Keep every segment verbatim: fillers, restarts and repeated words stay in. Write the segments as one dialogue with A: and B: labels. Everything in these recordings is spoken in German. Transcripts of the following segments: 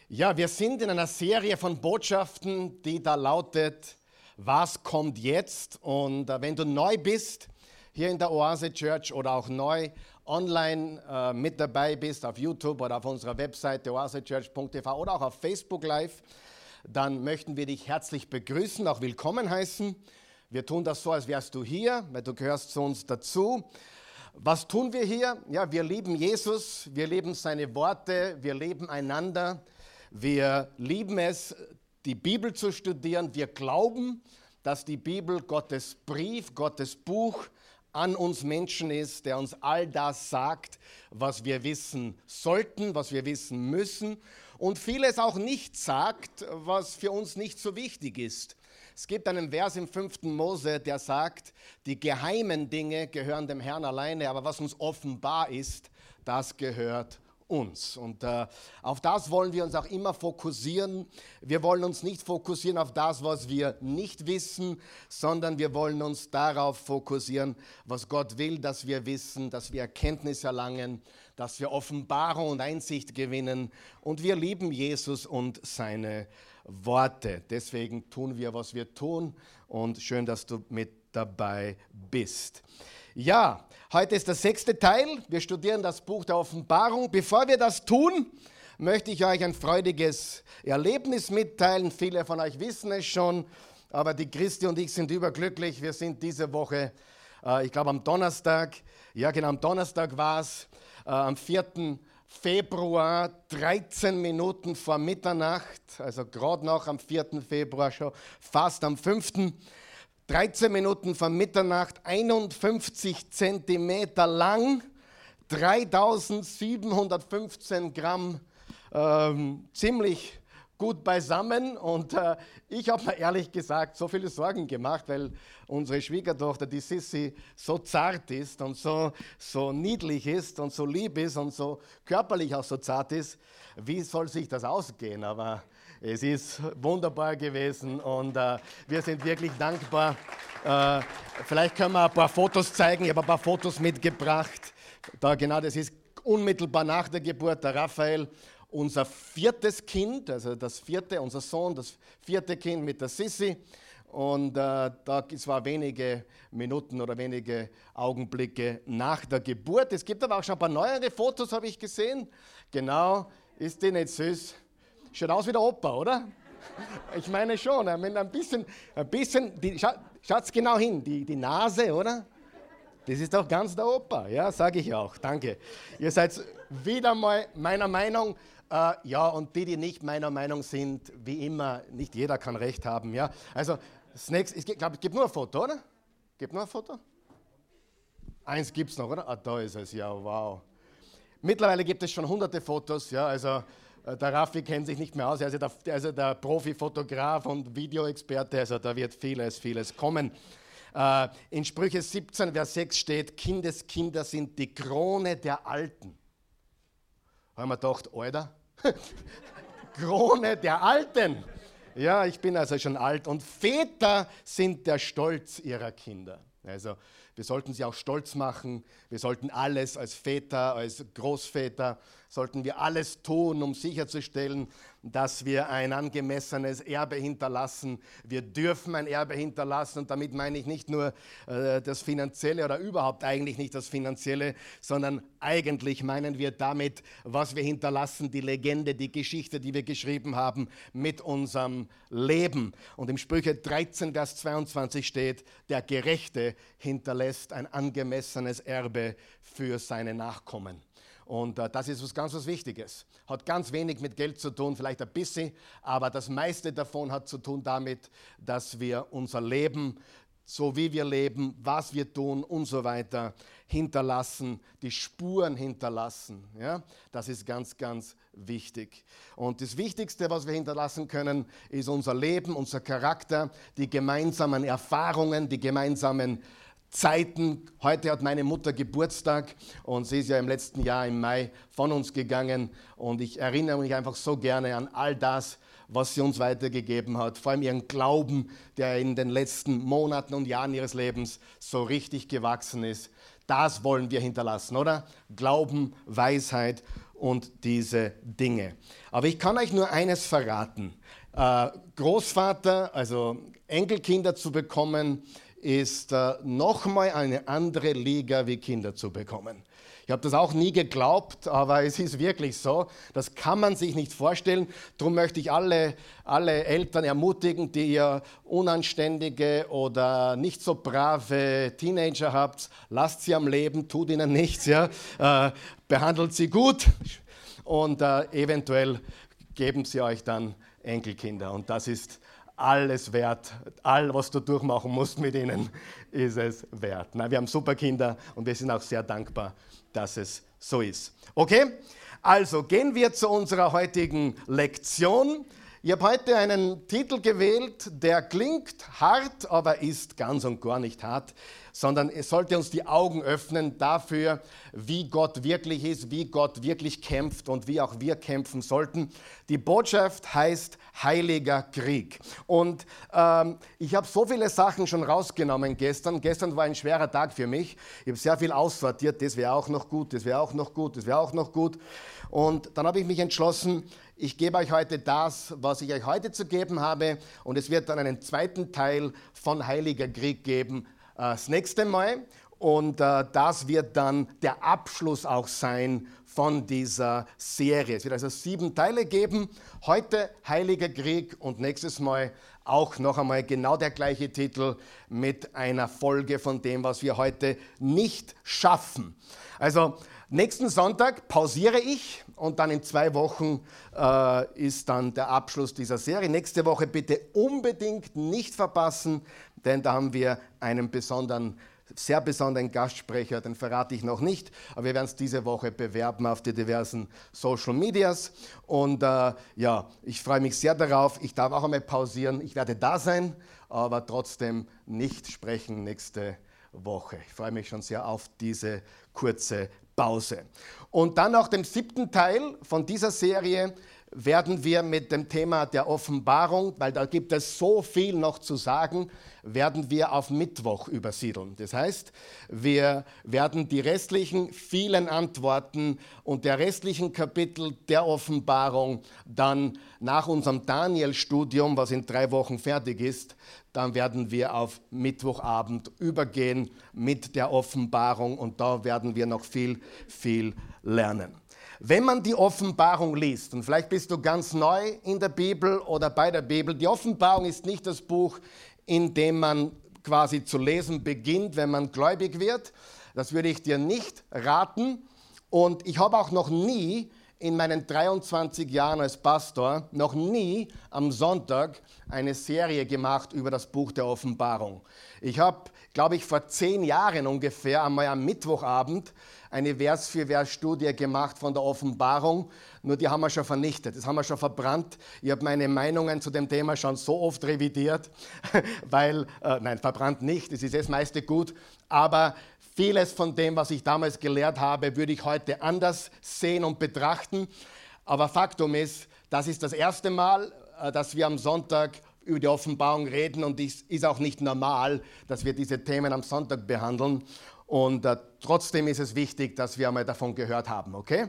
A: Ja, wir sind in einer Serie von Botschaften, die da lautet, was kommt jetzt? Und äh, wenn du neu bist hier in der Oase Church oder auch neu online äh, mit dabei bist auf YouTube oder auf unserer Webseite oasechurch punkt t v oder auch auf Facebook Live, dann möchten wir dich herzlich begrüßen, auch willkommen heißen. Wir tun das so, als wärst du hier, weil du gehörst zu uns dazu. Was tun wir hier? Ja, wir lieben Jesus, wir lieben seine Worte, wir lieben einander. Wir lieben es, die Bibel zu studieren. Wir glauben, dass die Bibel Gottes Brief, Gottes Buch an uns Menschen ist, der uns all das sagt, was wir wissen sollten, was wir wissen müssen und vieles auch nicht sagt, was für uns nicht so wichtig ist. Es gibt einen Vers im fünften Mose, der sagt, die geheimen Dinge gehören dem Herrn alleine, aber was uns offenbar ist, das gehört uns. Und äh, auf das wollen wir uns auch immer fokussieren. Wir wollen uns nicht fokussieren auf das, was wir nicht wissen, sondern wir wollen uns darauf fokussieren, was Gott will, dass wir wissen, dass wir Erkenntnis erlangen, dass wir Offenbarung und Einsicht gewinnen. Und wir lieben Jesus und seine Worte. Deswegen tun wir, was wir tun. Und schön, dass du mit dabei bist. Ja, heute ist der sechste Teil. Wir studieren das Buch der Offenbarung. Bevor wir das tun, möchte ich euch ein freudiges Erlebnis mitteilen. Viele von euch wissen es schon, aber die Christi und ich sind überglücklich. Wir sind diese Woche, äh, ich glaube am Donnerstag, ja genau, am Donnerstag war es, äh, am vierten Februar, dreizehn Minuten vor Mitternacht, also gerade noch am vierten Februar, schon fast am fünften dreizehn Minuten vor Mitternacht, einundfünfzig Zentimeter lang, dreitausendsiebenhundertfünfzehn Gramm, ähm, ziemlich gut beisammen. Und äh, ich habe mir ehrlich gesagt so viele Sorgen gemacht, weil unsere Schwiegertochter, die Sissi, so zart ist und so, so niedlich ist und so lieb ist und so körperlich auch so zart ist. Wie soll sich das ausgehen? Aber es ist wunderbar gewesen und äh, wir sind wirklich dankbar. Äh, vielleicht können wir ein paar Fotos zeigen. Ich habe ein paar Fotos mitgebracht. Da, genau, das ist unmittelbar nach der Geburt der Raphael. Unser viertes Kind, also das vierte, unser Sohn, das vierte Kind mit der Sissi. Und äh, da, es war wenige Minuten oder wenige Augenblicke nach der Geburt. Es gibt aber auch schon ein paar neuere Fotos, habe ich gesehen. Genau, ist die nicht süß? Schaut aus wie der Opa, oder? Ich meine schon, ein bisschen, ein bisschen die, scha, schaut's genau hin, die, die Nase, oder? Das ist doch ganz der Opa, ja, sage ich auch, danke. Ihr seid wieder mal meiner Meinung, äh, ja, und die, die nicht meiner Meinung sind, wie immer, nicht jeder kann Recht haben, ja. Also, das nächste, ich glaube, es gibt nur ein Foto, oder? Gibt nur ein Foto? Eins gibt es noch, oder? Ah, da ist es, ja, wow. Mittlerweile gibt es schon hunderte Fotos, ja, also der Raffi kennt sich nicht mehr aus, er ist der, also der Profi-Fotograf und Videoexperte, also da wird vieles, vieles kommen. Äh, in Sprüche siebzehn, Vers sechs steht, Kindeskinder sind die Krone der Alten. Haben wir gedacht, Alter, Krone der Alten. Ja, ich bin also schon alt. Und Väter sind der Stolz ihrer Kinder. Also wir sollten sie auch stolz machen. Wir sollten alles als Väter, als Großväter, sollten wir alles tun, um sicherzustellen, dass wir ein angemessenes Erbe hinterlassen. Wir dürfen ein Erbe hinterlassen und damit meine ich nicht nur äh, das Finanzielle oder überhaupt eigentlich nicht das Finanzielle, sondern eigentlich meinen wir damit, was wir hinterlassen, die Legende, die Geschichte, die wir geschrieben haben mit unserem Leben. Und im Sprüche dreizehn, Vers zweiundzwanzig steht, der Gerechte hinterlässt ein angemessenes Erbe für seine Nachkommen. Und äh, das ist was ganz was Wichtiges. Hat ganz wenig mit Geld zu tun, vielleicht ein bisschen, aber das meiste davon hat zu tun damit, dass wir unser Leben, so wie wir leben, was wir tun und so weiter, hinterlassen, die Spuren hinterlassen. Ja? Das ist ganz, ganz wichtig. Und das Wichtigste, was wir hinterlassen können, ist unser Leben, unser Charakter, die gemeinsamen Erfahrungen, die gemeinsamen Zeiten. Heute hat meine Mutter Geburtstag und sie ist ja im letzten Jahr im Mai von uns gegangen und ich erinnere mich einfach so gerne an all das, was sie uns weitergegeben hat, vor allem ihren Glauben, der in den letzten Monaten und Jahren ihres Lebens so richtig gewachsen ist. Das wollen wir hinterlassen, oder? Glauben, Weisheit und diese Dinge. Aber ich kann euch nur eines verraten. Äh, Großvater, also Enkelkinder zu bekommen, ist äh, nochmal eine andere Liga wie Kinder zu bekommen. Ich habe das auch nie geglaubt, aber es ist wirklich so. Das kann man sich nicht vorstellen. Darum möchte ich alle, alle Eltern ermutigen, die ihr unanständige oder nicht so brave Teenager habt, lasst sie am Leben, tut ihnen nichts, ja? äh, behandelt sie gut und äh, eventuell geben sie euch dann Enkelkinder. Und das ist alles wert. All, was du durchmachen musst mit ihnen, ist es wert. Na, wir haben super Kinder und wir sind auch sehr dankbar, dass es so ist. Okay, also gehen wir zu unserer heutigen Lektion. Ich habe heute einen Titel gewählt, der klingt hart, aber ist ganz und gar nicht hart, sondern es sollte uns die Augen öffnen dafür, wie Gott wirklich ist, wie Gott wirklich kämpft und wie auch wir kämpfen sollten. Die Botschaft heißt Heiliger Krieg. Und ähm, ich habe so viele Sachen schon rausgenommen gestern. Gestern war ein schwerer Tag für mich. Ich habe sehr viel aussortiert, das wäre auch noch gut, das wäre auch noch gut, das wäre auch noch gut. Und dann habe ich mich entschlossen, ich gebe euch heute das, was ich euch heute zu geben habe. Und es wird dann einen zweiten Teil von Heiliger Krieg geben, äh, das nächste Mal. Und äh, das wird dann der Abschluss auch sein von dieser Serie. Es wird also sieben Teile geben. Heute Heiliger Krieg und nächstes Mal auch noch einmal genau der gleiche Titel mit einer Folge von dem, was wir heute nicht schaffen. Also nächsten Sonntag pausiere ich und dann in zwei Wochen äh, ist dann der Abschluss dieser Serie. Nächste Woche bitte unbedingt nicht verpassen, denn da haben wir einen besonderen, sehr besonderen Gastsprecher, den verrate ich noch nicht, aber wir werden es diese Woche bewerben auf die diversen Social Medias. Und äh, ja, ich freue mich sehr darauf. Ich darf auch einmal pausieren. Ich werde da sein, aber trotzdem nicht sprechen nächste Woche. Ich freue mich schon sehr auf diese kurze Pause. Und dann nach dem siebten Teil von dieser Serie werden wir mit dem Thema der Offenbarung, weil da gibt es so viel noch zu sagen, werden wir auf Mittwoch übersiedeln. Das heißt, wir werden die restlichen vielen Antworten und der restlichen Kapitel der Offenbarung dann nach unserem Daniel-Studium, was in drei Wochen fertig ist, dann werden wir auf Mittwochabend übergehen mit der Offenbarung und da werden wir noch viel, viel lernen. Wenn man die Offenbarung liest, und vielleicht bist du ganz neu in der Bibel oder bei der Bibel, die Offenbarung ist nicht das Buch, in dem man quasi zu lesen beginnt, wenn man gläubig wird. Das würde ich dir nicht raten. Und ich habe auch noch nie in meinen dreiundzwanzig Jahren als Pastor, noch nie am Sonntag eine Serie gemacht über das Buch der Offenbarung. Ich habe, glaube ich, vor zehn Jahren ungefähr einmal am Mittwochabend eine Vers-für-Vers-Studie gemacht von der Offenbarung, nur die haben wir schon vernichtet, das haben wir schon verbrannt. Ich habe meine Meinungen zu dem Thema schon so oft revidiert, weil, äh, nein, verbrannt nicht, es ist das meiste gut, aber vieles von dem, was ich damals gelehrt habe, würde ich heute anders sehen und betrachten. Aber Faktum ist, das ist das erste Mal, äh, dass wir am Sonntag über die Offenbarung reden und es ist auch nicht normal, dass wir diese Themen am Sonntag behandeln. Und äh, trotzdem ist es wichtig, dass wir einmal davon gehört haben, okay?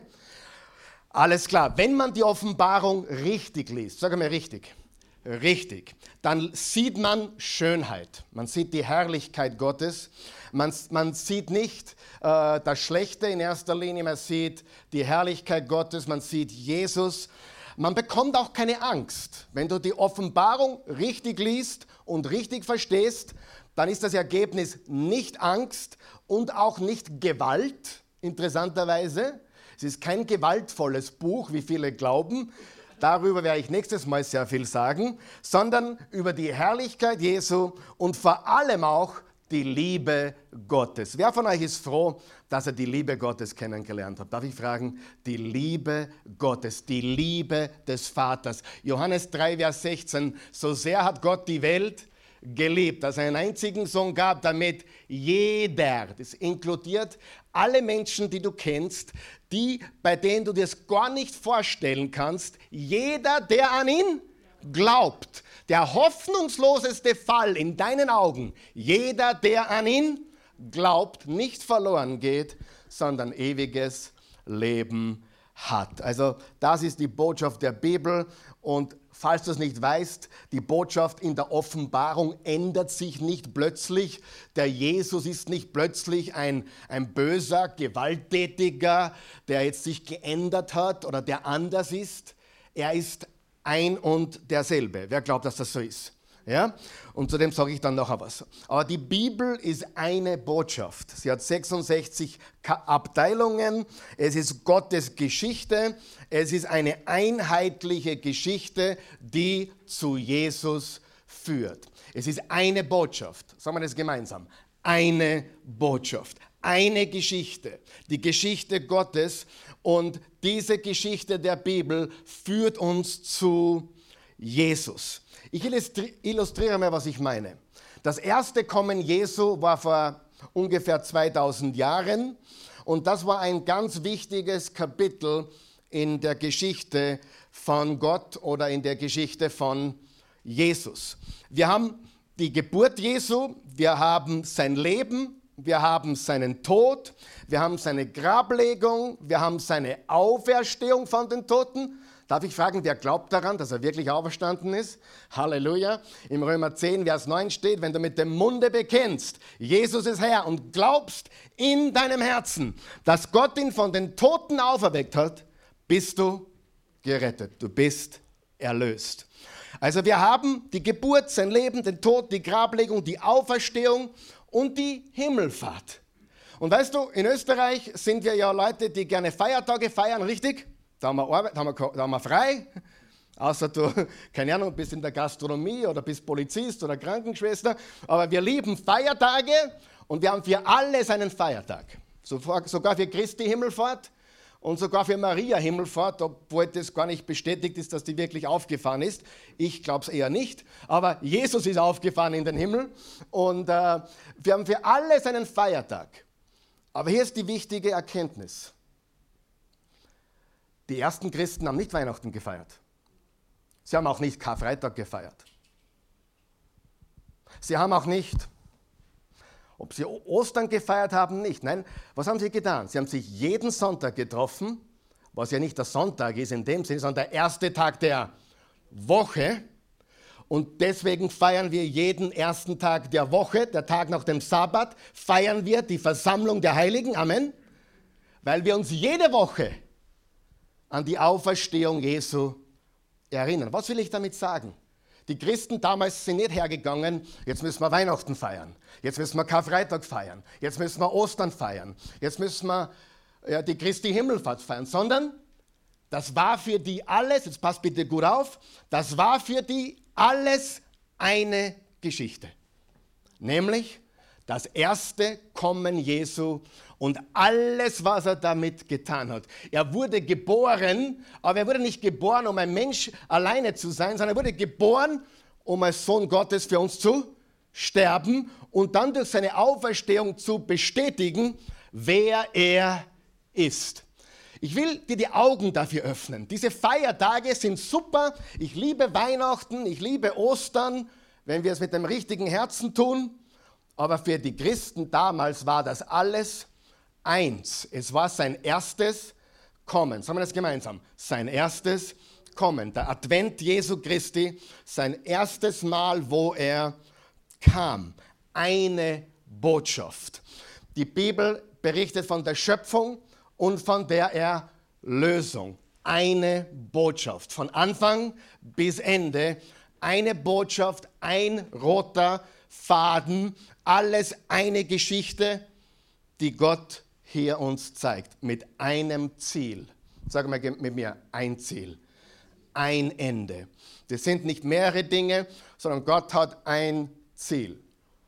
A: Alles klar, wenn man die Offenbarung richtig liest, sag mal richtig, richtig, dann sieht man Schönheit, man sieht die Herrlichkeit Gottes, man, man sieht nicht äh, das Schlechte in erster Linie, man sieht die Herrlichkeit Gottes, man sieht Jesus, man bekommt auch keine Angst. Wenn du die Offenbarung richtig liest und richtig verstehst, dann ist das Ergebnis nicht Angst und auch nicht Gewalt, interessanterweise. Es ist kein gewaltvolles Buch, wie viele glauben. Darüber werde ich nächstes Mal sehr viel sagen, sondern über die Herrlichkeit Jesu und vor allem auch die Liebe Gottes. Wer von euch ist froh, dass er die Liebe Gottes kennengelernt hat? Darf ich fragen? Die Liebe Gottes, die Liebe des Vaters. Johannes drei, Vers sechzehn. So sehr hat Gott die Welt geliebt, dass er einen einzigen Sohn gab, damit jeder, das inkludiert alle Menschen, die du kennst, die, bei denen du dir es gar nicht vorstellen kannst, jeder, der an ihn glaubt, der hoffnungsloseste Fall in deinen Augen, jeder, der an ihn glaubt, nicht verloren geht, sondern ewiges Leben hat. Also das ist die Botschaft der Bibel und falls du es nicht weißt, die Botschaft in der Offenbarung ändert sich nicht plötzlich. Der Jesus ist nicht plötzlich ein, ein böser, gewalttätiger, der jetzt sich geändert hat oder der anders ist. Er ist ein und derselbe. Wer glaubt, dass das so ist? Ja? Und zu dem sage ich dann nachher was. Aber die Bibel ist eine Botschaft. Sie hat sechsundsechzig Abteilungen. Es ist Gottes Geschichte. Es ist eine einheitliche Geschichte, die zu Jesus führt. Es ist eine Botschaft. Sagen wir das gemeinsam. Eine Botschaft. Eine Geschichte. Die Geschichte Gottes. Und diese Geschichte der Bibel führt uns zu Jesus. Ich illustriere mal, was ich meine. Das erste Kommen Jesu war vor ungefähr zweitausend Jahren und das war ein ganz wichtiges Kapitel in der Geschichte von Gott oder in der Geschichte von Jesus. Wir haben die Geburt Jesu, wir haben sein Leben, wir haben seinen Tod, wir haben seine Grablegung, wir haben seine Auferstehung von den Toten. Darf ich fragen, wer glaubt daran, dass er wirklich auferstanden ist? Halleluja. Im Römer zehn, Vers neun steht, wenn du mit dem Munde bekennst, Jesus ist Herr und glaubst in deinem Herzen, dass Gott ihn von den Toten auferweckt hat, bist du gerettet. Du bist erlöst. Also wir haben die Geburt, sein Leben, den Tod, die Grablegung, die Auferstehung und die Himmelfahrt. Und weißt du, in Österreich sind wir ja Leute, die gerne Feiertage feiern, richtig? Da haben wir, Arbeit, da haben wir, da haben wir frei, außer du, keine Ahnung, bist in der Gastronomie oder bist Polizist oder Krankenschwester. Aber wir lieben Feiertage und wir haben für alles einen Feiertag. Sogar für Christi Himmelfahrt und sogar für Maria Himmelfahrt, obwohl das gar nicht bestätigt ist, dass die wirklich aufgefahren ist. Ich glaube es eher nicht, aber Jesus ist aufgefahren in den Himmel und äh, wir haben für alles einen Feiertag. Aber hier ist die wichtige Erkenntnis. Die ersten Christen haben nicht Weihnachten gefeiert. Sie haben auch nicht Karfreitag gefeiert. Sie haben auch nicht, ob sie Ostern gefeiert haben, nicht. Nein, was haben sie getan? Sie haben sich jeden Sonntag getroffen, was ja nicht der Sonntag ist in dem Sinne, sondern der erste Tag der Woche. Und deswegen feiern wir jeden ersten Tag der Woche, der Tag nach dem Sabbat, feiern wir die Versammlung der Heiligen. Amen. Weil wir uns jede Woche an die Auferstehung Jesu erinnern. Was will ich damit sagen? Die Christen damals sind nicht hergegangen, jetzt müssen wir Weihnachten feiern, jetzt müssen wir Karfreitag feiern, jetzt müssen wir Ostern feiern, jetzt müssen wir ja, die Christi Himmelfahrt feiern, sondern das war für die alles, jetzt passt bitte gut auf, das war für die alles eine Geschichte. Nämlich das erste Kommen Jesu und alles, was er damit getan hat. Er wurde geboren, aber er wurde nicht geboren, um ein Mensch alleine zu sein, sondern er wurde geboren, um als Sohn Gottes für uns zu sterben und dann durch seine Auferstehung zu bestätigen, wer er ist. Ich will dir die Augen dafür öffnen. Diese Feiertage sind super. Ich liebe Weihnachten, ich liebe Ostern, wenn wir es mit dem richtigen Herzen tun. Aber für die Christen damals war das alles eins. Es war sein erstes Kommen. Sagen wir das gemeinsam. Sein erstes Kommen. Der Advent Jesu Christi, sein erstes Mal, wo er kam. Eine Botschaft. Die Bibel berichtet von der Schöpfung und von der Erlösung. Eine Botschaft. Von Anfang bis Ende. Eine Botschaft, ein roter Faden. Alles eine Geschichte, die Gott hier uns zeigt. Mit einem Ziel. Sag mal mit mir, ein Ziel. Ein Ende. Das sind nicht mehrere Dinge, sondern Gott hat ein Ziel.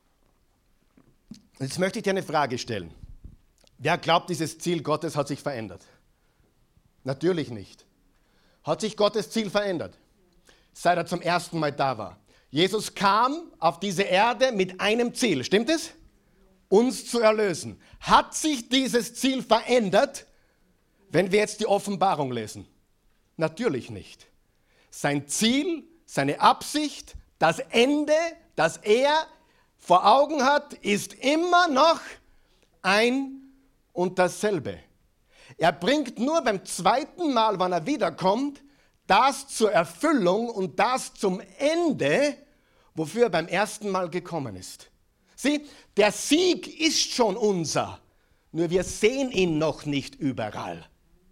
A: Jetzt möchte ich dir eine Frage stellen. Wer glaubt, dieses Ziel Gottes hat sich verändert? Natürlich nicht. Hat sich Gottes Ziel verändert, seit er zum ersten Mal da war? Jesus kam auf diese Erde mit einem Ziel, stimmt es? Uns zu erlösen. Hat sich dieses Ziel verändert, wenn wir jetzt die Offenbarung lesen? Natürlich nicht. Sein Ziel, seine Absicht, das Ende, das er vor Augen hat, ist immer noch ein und dasselbe. Er bringt nur beim zweiten Mal, wenn er wiederkommt, das zur Erfüllung und das zum Ende, wofür er beim ersten Mal gekommen ist. Sieh, der Sieg ist schon unser, nur wir sehen ihn noch nicht überall.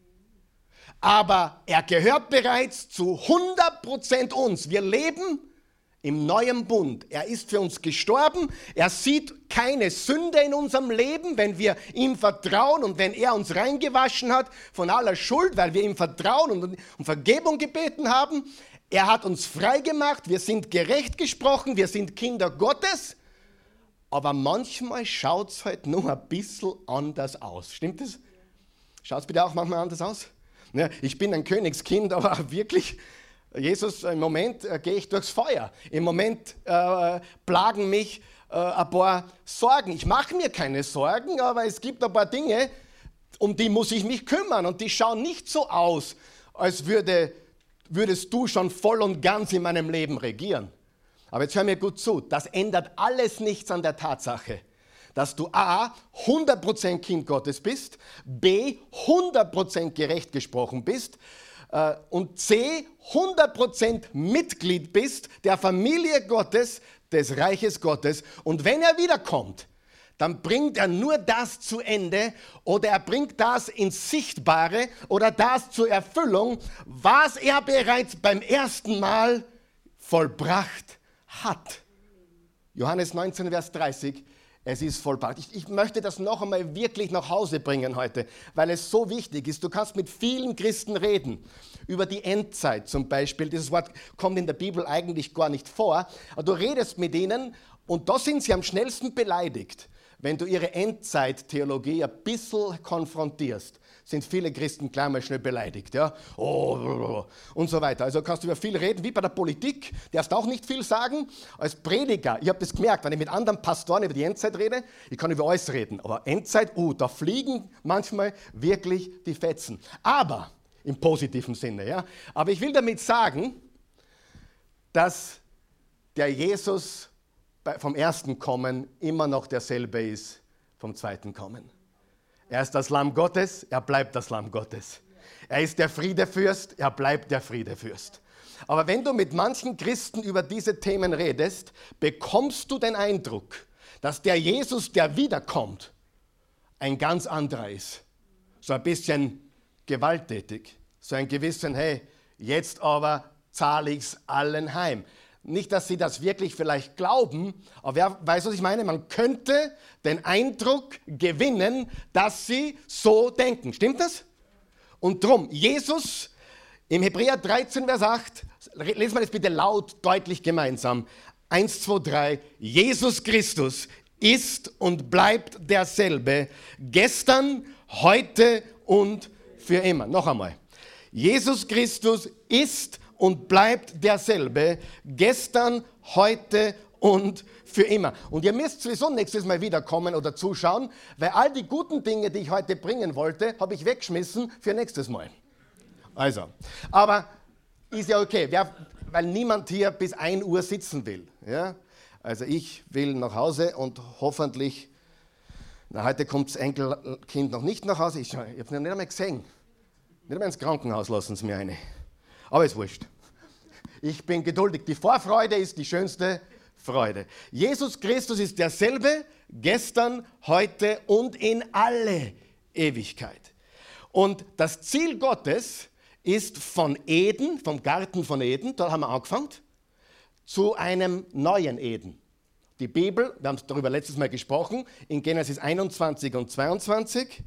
A: Aber er gehört bereits zu hundert Prozent uns. Wir leben im neuen Bund. Er ist für uns gestorben. Er sieht keine Sünde in unserem Leben, wenn wir ihm vertrauen und wenn er uns reingewaschen hat von aller Schuld, weil wir ihm vertrauen und um Vergebung gebeten haben. Er hat uns frei gemacht. Wir sind gerecht gesprochen. Wir sind Kinder Gottes. Aber manchmal schaut es halt noch ein bisschen anders aus. Stimmt das? Schaut es bitte auch manchmal anders aus? Ja, ich bin ein Königskind, aber wirklich, Jesus, im Moment äh, gehe ich durchs Feuer. Im Moment äh, plagen mich äh, ein paar Sorgen. Ich mache mir keine Sorgen, aber es gibt ein paar Dinge, um die muss ich mich kümmern. Und die schauen nicht so aus, als würde, würdest du schon voll und ganz in meinem Leben regieren. Aber jetzt hör mir gut zu, das ändert alles nichts an der Tatsache, dass du a. hundert Prozent Kind Gottes bist, b. hundert Prozent gerecht gesprochen bist äh, und c. hundert Prozent Mitglied bist der Familie Gottes, des Reiches Gottes. Und wenn er wiederkommt, dann bringt er nur das zu Ende oder er bringt das ins Sichtbare oder das zur Erfüllung, was er bereits beim ersten Mal vollbracht hat. Johannes neunzehn, Vers dreißig. Es ist vollbracht. Ich, ich möchte das noch einmal wirklich nach Hause bringen heute, weil es so wichtig ist. Du kannst mit vielen Christen reden über die Endzeit zum Beispiel. Dieses Wort kommt in der Bibel eigentlich gar nicht vor. Aber du redest mit ihnen und da sind sie am schnellsten beleidigt. Wenn du ihre Endzeittheologie ein bisschen konfrontierst, sind viele Christen gleich mal schnell beleidigt. Ja? Oh, und so weiter. Also kannst du über viel reden, wie bei der Politik. Darfst auch nicht viel sagen. Als Prediger, ich habe das gemerkt, wenn ich mit anderen Pastoren über die Endzeit rede, ich kann über alles reden. Aber Endzeit, uh, da fliegen manchmal wirklich die Fetzen. Aber, im positiven Sinne. Ja? Aber ich will damit sagen, dass der Jesus vom ersten Kommen immer noch derselbe ist vom zweiten Kommen. Er ist das Lamm Gottes, er bleibt das Lamm Gottes. Er ist der Friedefürst, er bleibt der Friedefürst. Aber wenn du mit manchen Christen über diese Themen redest, bekommst du den Eindruck, dass der Jesus, der wiederkommt, ein ganz anderer ist. So ein bisschen gewalttätig. So ein gewissen, hey, jetzt aber zahle ich es allen heim. Nicht, dass sie das wirklich vielleicht glauben, aber wer weiß, was ich meine? Man könnte den Eindruck gewinnen, dass sie so denken. Stimmt das? Und drum, Jesus im Hebräer dreizehn, Vers acht, lesen wir das bitte laut, deutlich gemeinsam. Eins, zwei, drei. Jesus Christus ist und bleibt derselbe, gestern, heute und für immer. Noch einmal. Jesus Christus ist und bleibt derselbe, gestern, heute und für immer. Und ihr müsst sowieso nächstes Mal wiederkommen oder zuschauen, weil all die guten Dinge, die ich heute bringen wollte, habe ich weggeschmissen für nächstes Mal. Also, aber ist ja okay, wer, weil niemand hier bis ein Uhr sitzen will. Ja? Also ich will nach Hause und hoffentlich, na, heute kommt das Enkelkind noch nicht nach Hause, ich, ich habe es noch nicht einmal gesehen. Nicht einmal ins Krankenhaus lassen sie mir eine. Aber ist wurscht. Ich bin geduldig. Die Vorfreude ist die schönste Freude. Jesus Christus ist derselbe, gestern, heute und in alle Ewigkeit. Und das Ziel Gottes ist von Eden, vom Garten von Eden, da haben wir angefangen, zu einem neuen Eden. Die Bibel, wir haben darüber letztes Mal gesprochen, in Genesis einundzwanzig und zweiundzwanzig,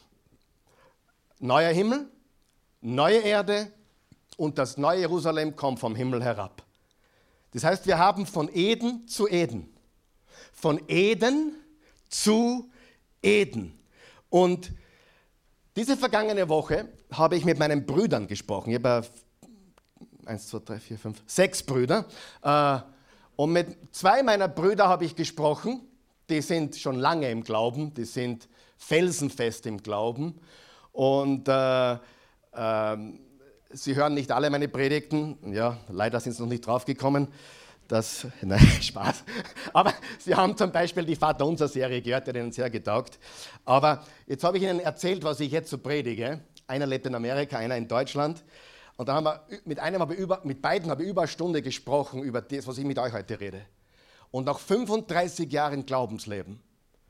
A: neuer Himmel, neue Erde, und das neue Jerusalem kommt vom Himmel herab. Das heißt, wir haben von Eden zu Eden. Von Eden zu Eden. Und diese vergangene Woche habe ich mit meinen Brüdern gesprochen. Ich habe eins, zwei, drei, vier, fünf, sechs Brüder. Und mit zwei meiner Brüder habe ich gesprochen. Die sind schon lange im Glauben. Die sind felsenfest im Glauben. Und äh, äh, Sie hören nicht alle meine Predigten, ja, leider sind Sie noch nicht draufgekommen. Das, nein, Spaß. Aber Sie haben zum Beispiel die Vaterunser-Serie gehört, die hat Ihnen sehr getaugt. Aber jetzt habe ich Ihnen erzählt, was ich jetzt so predige. Einer lebt in Amerika, einer in Deutschland. Und dann haben wir mit, einem habe ich über, mit beiden habe ich über eine Stunde gesprochen, über das, was ich mit euch heute rede. Und nach fünfunddreißig Jahren Glaubensleben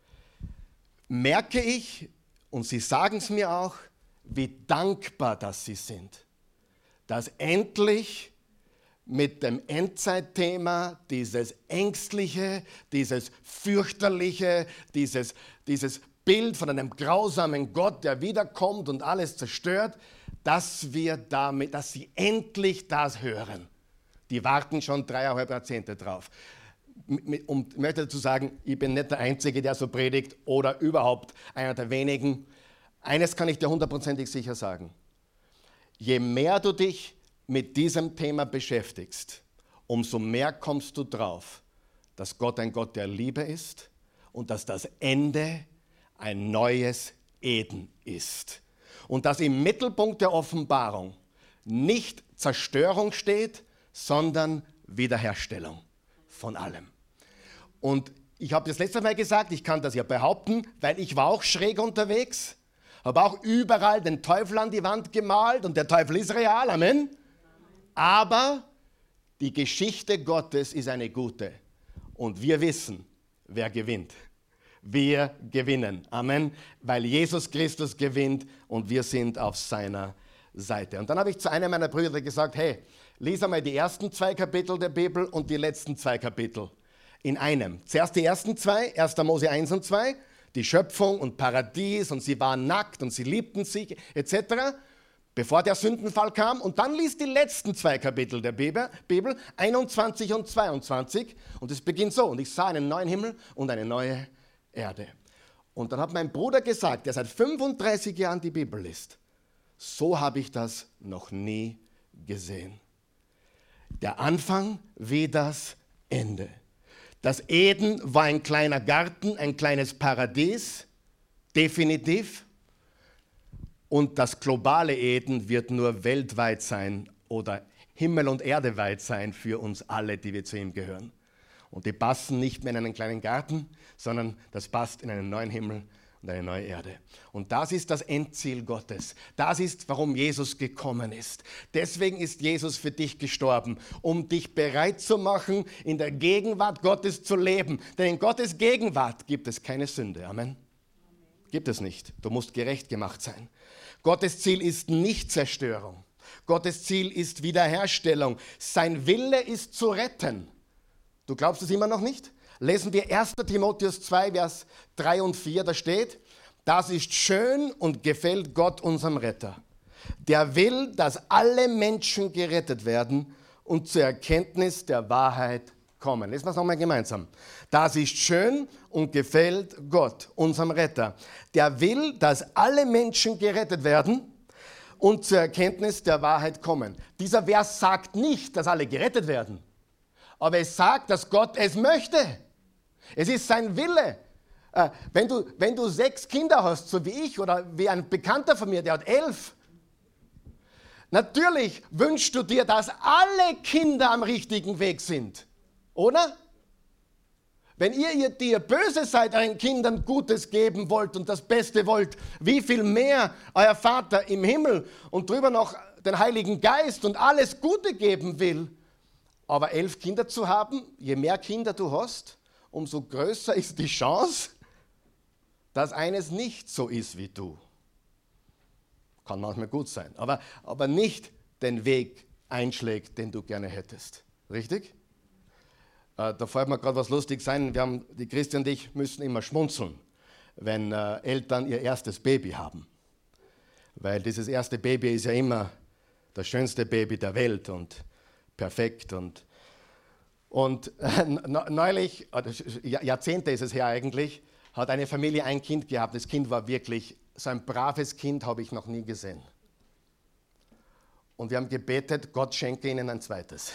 A: merke ich, und Sie sagen es mir auch, wie dankbar das Sie sind, dass endlich mit dem Endzeitthema, dieses Ängstliche, dieses Fürchterliche, dieses, dieses Bild von einem grausamen Gott, der wiederkommt und alles zerstört, dass wir damit, dass sie endlich das hören. Die warten schon dreieinhalb Jahrzehnte drauf. Und ich möchte dazu sagen, ich bin nicht der Einzige, der so predigt oder überhaupt einer der wenigen. Eines kann ich dir hundertprozentig sicher sagen. Je mehr du dich mit diesem Thema beschäftigst, umso mehr kommst du drauf, dass Gott ein Gott der Liebe ist und dass das Ende ein neues Eden ist. Und dass im Mittelpunkt der Offenbarung nicht Zerstörung steht, sondern Wiederherstellung von allem. Und ich habe das letzte Mal gesagt, ich kann das ja behaupten, weil ich war auch schräg unterwegs, habe auch überall den Teufel an die Wand gemalt und der Teufel ist real, Amen. Aber die Geschichte Gottes ist eine gute und wir wissen, wer gewinnt. Wir gewinnen, Amen, weil Jesus Christus gewinnt und wir sind auf seiner Seite. Und dann habe ich zu einem meiner Brüder gesagt, hey, lies einmal die ersten zwei Kapitel der Bibel und die letzten zwei Kapitel in einem. Zuerst die ersten zwei, erster Mose eins und zwei, die Schöpfung und Paradies und sie waren nackt und sie liebten sich et cetera, bevor der Sündenfall kam. Und dann lies die letzten zwei Kapitel der Bibel, einundzwanzig und zweiundzwanzig. Und es beginnt so, und ich sah einen neuen Himmel und eine neue Erde. Und dann hat mein Bruder gesagt, der seit fünfunddreißig Jahren die Bibel liest, so habe ich das noch nie gesehen. Der Anfang wie das Ende. Das Eden war ein kleiner Garten, ein kleines Paradies, definitiv. Und das globale Eden wird nur weltweit sein oder Himmel und Erde weit sein für uns alle, die wir zu ihm gehören. Und die passen nicht mehr in einen kleinen Garten, sondern das passt in einen neuen Himmel und eine neue Erde. Und das ist das Endziel Gottes. Das ist, warum Jesus gekommen ist. Deswegen ist Jesus für dich gestorben, um dich bereit zu machen, in der Gegenwart Gottes zu leben. Denn in Gottes Gegenwart gibt es keine Sünde. Amen. Gibt es nicht. Du musst gerecht gemacht sein. Gottes Ziel ist nicht Zerstörung. Gottes Ziel ist Wiederherstellung. Sein Wille ist zu retten. Du glaubst es immer noch nicht? Lesen wir erster Timotheus zwei, Vers drei und vier, da steht, das ist schön und gefällt Gott unserem Retter. Der will, dass alle Menschen gerettet werden und zur Erkenntnis der Wahrheit kommen. Lesen wir es nochmal gemeinsam. Das ist schön und gefällt Gott, unserem Retter. Der will, dass alle Menschen gerettet werden und zur Erkenntnis der Wahrheit kommen. Dieser Vers sagt nicht, dass alle gerettet werden, aber es sagt, dass Gott es möchte. Es ist sein Wille. Äh, wenn du, wenn du sechs Kinder hast, so wie ich oder wie ein Bekannter von mir, der hat elf, natürlich wünschst du dir, dass alle Kinder am richtigen Weg sind, oder? Wenn ihr, ihr dir böse seid, euren Kindern Gutes geben wollt und das Beste wollt, wie viel mehr euer Vater im Himmel und drüber noch den Heiligen Geist und alles Gute geben will. Aber elf Kinder zu haben, je mehr Kinder du hast, umso größer ist die Chance, dass eines nicht so ist wie du. Kann manchmal gut sein, aber, aber nicht den Weg einschlägt, den du gerne hättest. Richtig? Äh, da fällt mir gerade was lustig sein. Wir haben, die Christi und ich müssen immer schmunzeln, wenn äh, Eltern ihr erstes Baby haben. Weil dieses erste Baby ist ja immer das schönste Baby der Welt und perfekt. Und, und äh, neulich, Jahrzehnte ist es her eigentlich, hat eine Familie ein Kind gehabt. Das Kind war wirklich, so ein braves Kind habe ich noch nie gesehen. Und wir haben gebetet, Gott schenke ihnen ein zweites.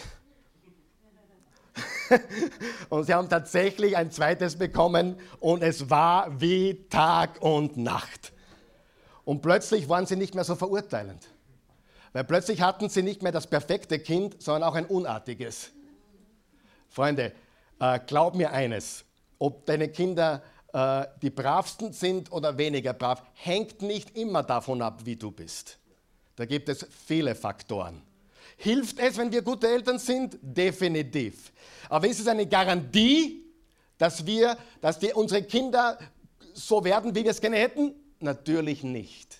A: Und sie haben tatsächlich ein zweites bekommen und es war wie Tag und Nacht. Und plötzlich waren sie nicht mehr so verurteilend. Weil plötzlich hatten sie nicht mehr das perfekte Kind, sondern auch ein unartiges. Freunde, äh, glaub mir eines, ob deine Kinder äh, die bravsten sind oder weniger brav, hängt nicht immer davon ab, wie du bist. Da gibt es viele Faktoren. Hilft es, wenn wir gute Eltern sind? Definitiv. Aber ist es eine Garantie, dass wir, dass die, unsere Kinder so werden, wie wir es gerne hätten? Natürlich nicht.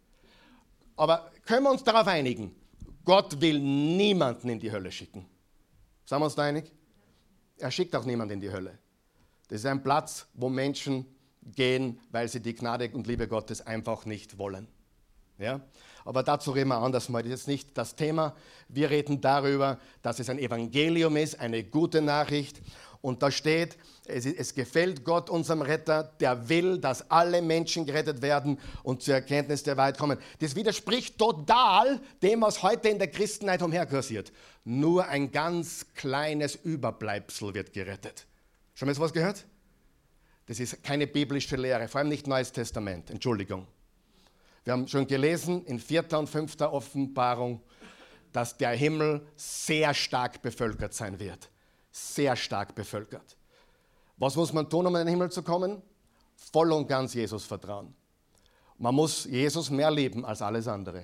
A: Aber können wir uns darauf einigen? Gott will niemanden in die Hölle schicken. Sind wir uns da einig? Er schickt auch niemanden in die Hölle. Das ist ein Platz, wo Menschen gehen, weil sie die Gnade und Liebe Gottes einfach nicht wollen. Ja? Aber dazu reden wir anders mal. Das ist jetzt nicht das Thema. Wir reden darüber, dass es ein Evangelium ist, eine gute Nachricht. Und da steht, es, es gefällt Gott, unserem Retter, der will, dass alle Menschen gerettet werden und zur Erkenntnis der Wahrheit kommen. Das widerspricht total dem, was heute in der Christenheit umherkursiert. Nur ein ganz kleines Überbleibsel wird gerettet. Schon mal was gehört? Das ist keine biblische Lehre, vor allem nicht Neues Testament. Entschuldigung. Wir haben schon gelesen in vierter und fünfter Offenbarung, dass der Himmel sehr stark bevölkert sein wird. Sehr stark bevölkert. Was muss man tun, um in den Himmel zu kommen? Voll und ganz Jesus vertrauen. Man muss Jesus mehr lieben als alles andere.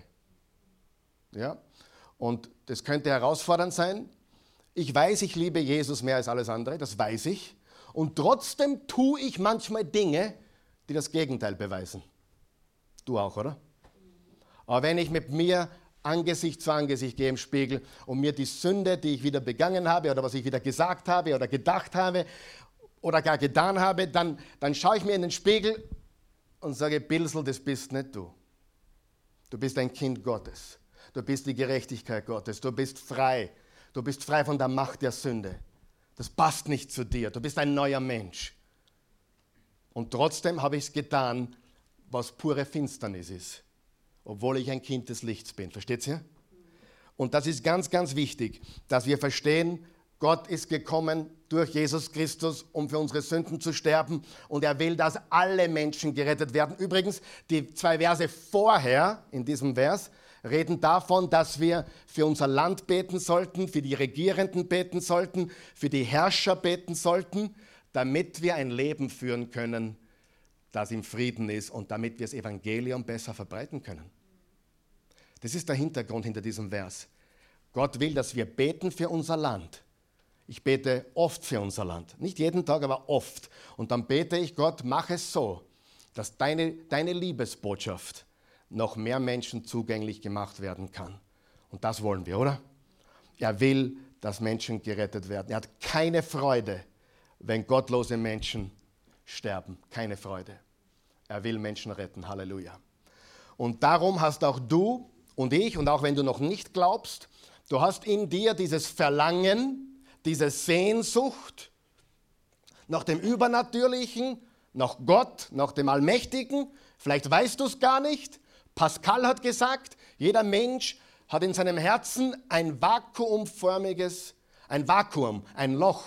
A: Ja? Und das könnte herausfordernd sein. Ich weiß, ich liebe Jesus mehr als alles andere, das weiß ich. Und trotzdem tue ich manchmal Dinge, die das Gegenteil beweisen. Du auch, oder? Aber wenn ich mit mir Angesicht zu Angesicht gehe im Spiegel und mir die Sünde, die ich wieder begangen habe oder was ich wieder gesagt habe oder gedacht habe oder gar getan habe, dann, dann schaue ich mir in den Spiegel und sage, Bilsel, das bist nicht du. Du bist ein Kind Gottes. Du bist die Gerechtigkeit Gottes. Du bist frei. Du bist frei von der Macht der Sünde. Das passt nicht zu dir. Du bist ein neuer Mensch. Und trotzdem habe ich es getan, was pure Finsternis ist, obwohl ich ein Kind des Lichts bin. Versteht ihr? Und das ist ganz, ganz wichtig, dass wir verstehen, Gott ist gekommen durch Jesus Christus, um für unsere Sünden zu sterben und er will, dass alle Menschen gerettet werden. Übrigens, die zwei Verse vorher, in diesem Vers, reden davon, dass wir für unser Land beten sollten, für die Regierenden beten sollten, für die Herrscher beten sollten, damit wir ein Leben führen können, das im Frieden ist und damit wir das Evangelium besser verbreiten können. Das ist der Hintergrund hinter diesem Vers. Gott will, dass wir beten für unser Land. Ich bete oft für unser Land. Nicht jeden Tag, aber oft. Und dann bete ich, Gott, mach es so, dass deine, deine Liebesbotschaft noch mehr Menschen zugänglich gemacht werden kann. Und das wollen wir, oder? Er will, dass Menschen gerettet werden. Er hat keine Freude, wenn gottlose Menschen sterben. Keine Freude. Er will Menschen retten. Halleluja. Und darum hast auch du und ich, und auch wenn du noch nicht glaubst, du hast in dir dieses Verlangen, diese Sehnsucht nach dem Übernatürlichen, nach Gott, nach dem Allmächtigen. Vielleicht weißt du es gar nicht. Pascal hat gesagt, jeder Mensch hat in seinem Herzen ein vakuumförmiges, ein Vakuum, ein Loch,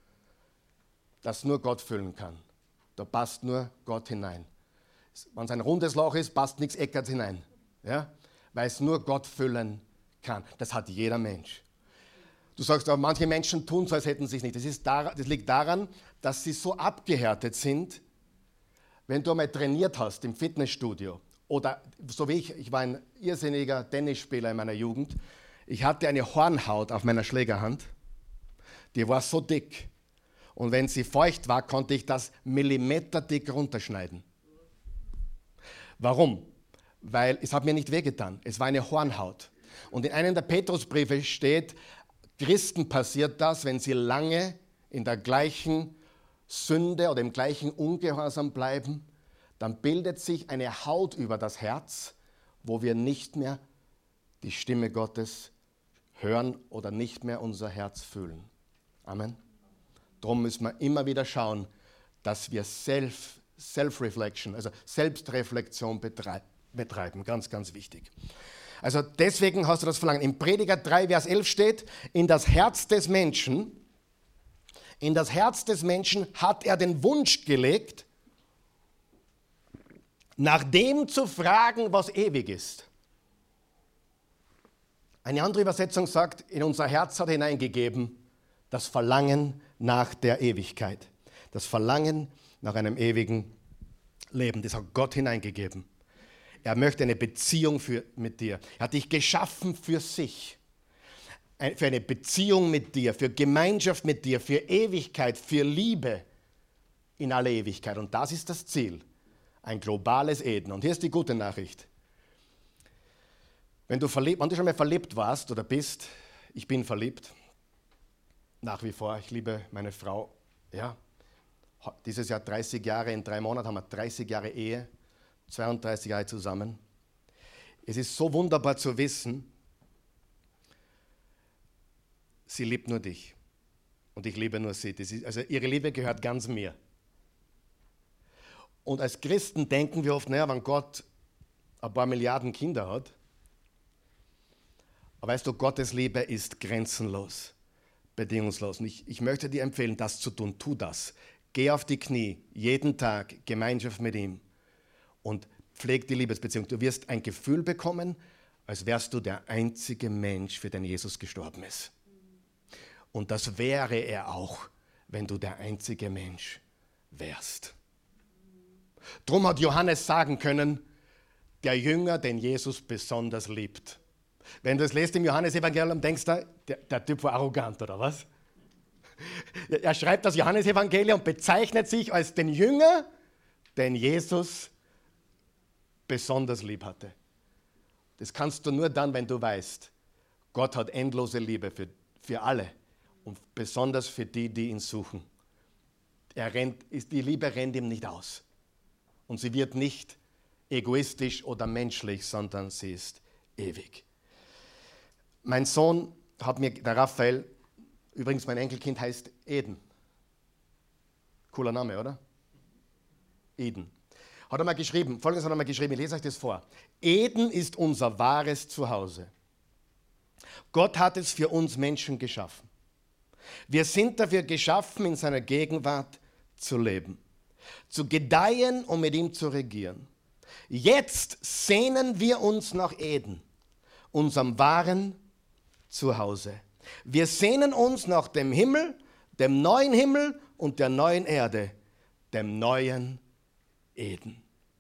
A: das nur Gott füllen kann. Da passt nur Gott hinein. Wenn es ein rundes Loch ist, passt nichts Eckert hinein. Ja? Weil es nur Gott füllen kann. Das hat jeder Mensch. Du sagst auch, manche Menschen tun so, als hätten sie es nicht. Das, ist dar- das liegt daran, dass sie so abgehärtet sind, wenn du einmal trainiert hast im Fitnessstudio oder so wie ich, ich war ein irrsinniger Tennisspieler in meiner Jugend, ich hatte eine Hornhaut auf meiner Schlägerhand, die war so dick und wenn sie feucht war, konnte ich das millimeterdick runterschneiden. Warum? Weil es hat mir nicht wehgetan, es war eine Hornhaut. Und in einem der Petrusbriefe steht, Christen passiert das, wenn sie lange in der gleichen Sünde oder im gleichen Ungehorsam bleiben, dann bildet sich eine Haut über das Herz, wo wir nicht mehr die Stimme Gottes hören oder nicht mehr unser Herz fühlen. Amen. Darum müssen wir immer wieder schauen, dass wir Self, Self-Reflection, also Selbstreflexion betreiben. Ganz, ganz wichtig. Also deswegen hast du das Verlangen. Im Prediger drei, Vers elf steht, in das Herz des Menschen, in das Herz des Menschen hat er den Wunsch gelegt, nach dem zu fragen, was ewig ist. Eine andere Übersetzung sagt, in unser Herz hat er hineingegeben, Das Verlangen nach der Ewigkeit. Das Verlangen nach einem ewigen Leben. Das hat Gott hineingegeben. Er möchte eine Beziehung für, mit dir. Er hat dich geschaffen für sich. Ein, für eine Beziehung mit dir, für Gemeinschaft mit dir, für Ewigkeit, für Liebe in aller Ewigkeit. Und das ist das Ziel. Ein globales Eden. Und hier ist die gute Nachricht. Wenn du, verliebt, wenn du schon mal verliebt warst oder bist, ich bin verliebt, nach wie vor, ich liebe meine Frau, ja, dieses Jahr dreißig Jahre, in drei Monaten haben wir dreißig Jahre Ehe, zweiunddreißig Jahre zusammen. Es ist so wunderbar zu wissen, sie liebt nur dich und ich liebe nur sie. Das ist, also ihre Liebe gehört ganz mir. Und als Christen denken wir oft, naja, wenn Gott ein paar Milliarden Kinder hat, aber weißt du, Gottes Liebe ist grenzenlos, bedingungslos. Und ich, ich möchte dir empfehlen, das zu tun. Tu das. Geh auf die Knie, jeden Tag, Gemeinschaft mit ihm und pfleg die Liebesbeziehung. Du wirst ein Gefühl bekommen, als wärst du der einzige Mensch, für den Jesus gestorben ist. Und das wäre er auch, wenn du der einzige Mensch wärst. Drum hat Johannes sagen können, der Jünger, den Jesus besonders liebt. Wenn du es lest im Johannesevangelium, denkst du, der, der Typ war arrogant, oder was? Er schreibt das Johannesevangelium und bezeichnet sich als den Jünger, den Jesus besonders lieb hatte. Das kannst du nur dann, wenn du weißt, Gott hat endlose Liebe für, für alle und besonders für die, die ihn suchen. Er rennt, die Liebe rennt ihm nicht aus. Und sie wird nicht egoistisch oder menschlich, sondern sie ist ewig. Mein Sohn hat mir, der Raphael, übrigens mein Enkelkind heißt Eden. Cooler Name, oder? Eden. Hat er mal geschrieben, folgendes hat er mal geschrieben, ich lese euch das vor. Eden ist unser wahres Zuhause. Gott hat es für uns Menschen geschaffen. Wir sind dafür geschaffen, in seiner Gegenwart zu leben, zu gedeihen und mit ihm zu regieren. Jetzt sehnen wir uns nach Eden, unserem wahren Zuhause. Wir sehnen uns nach dem Himmel, dem neuen Himmel und der neuen Erde, dem neuen Eden.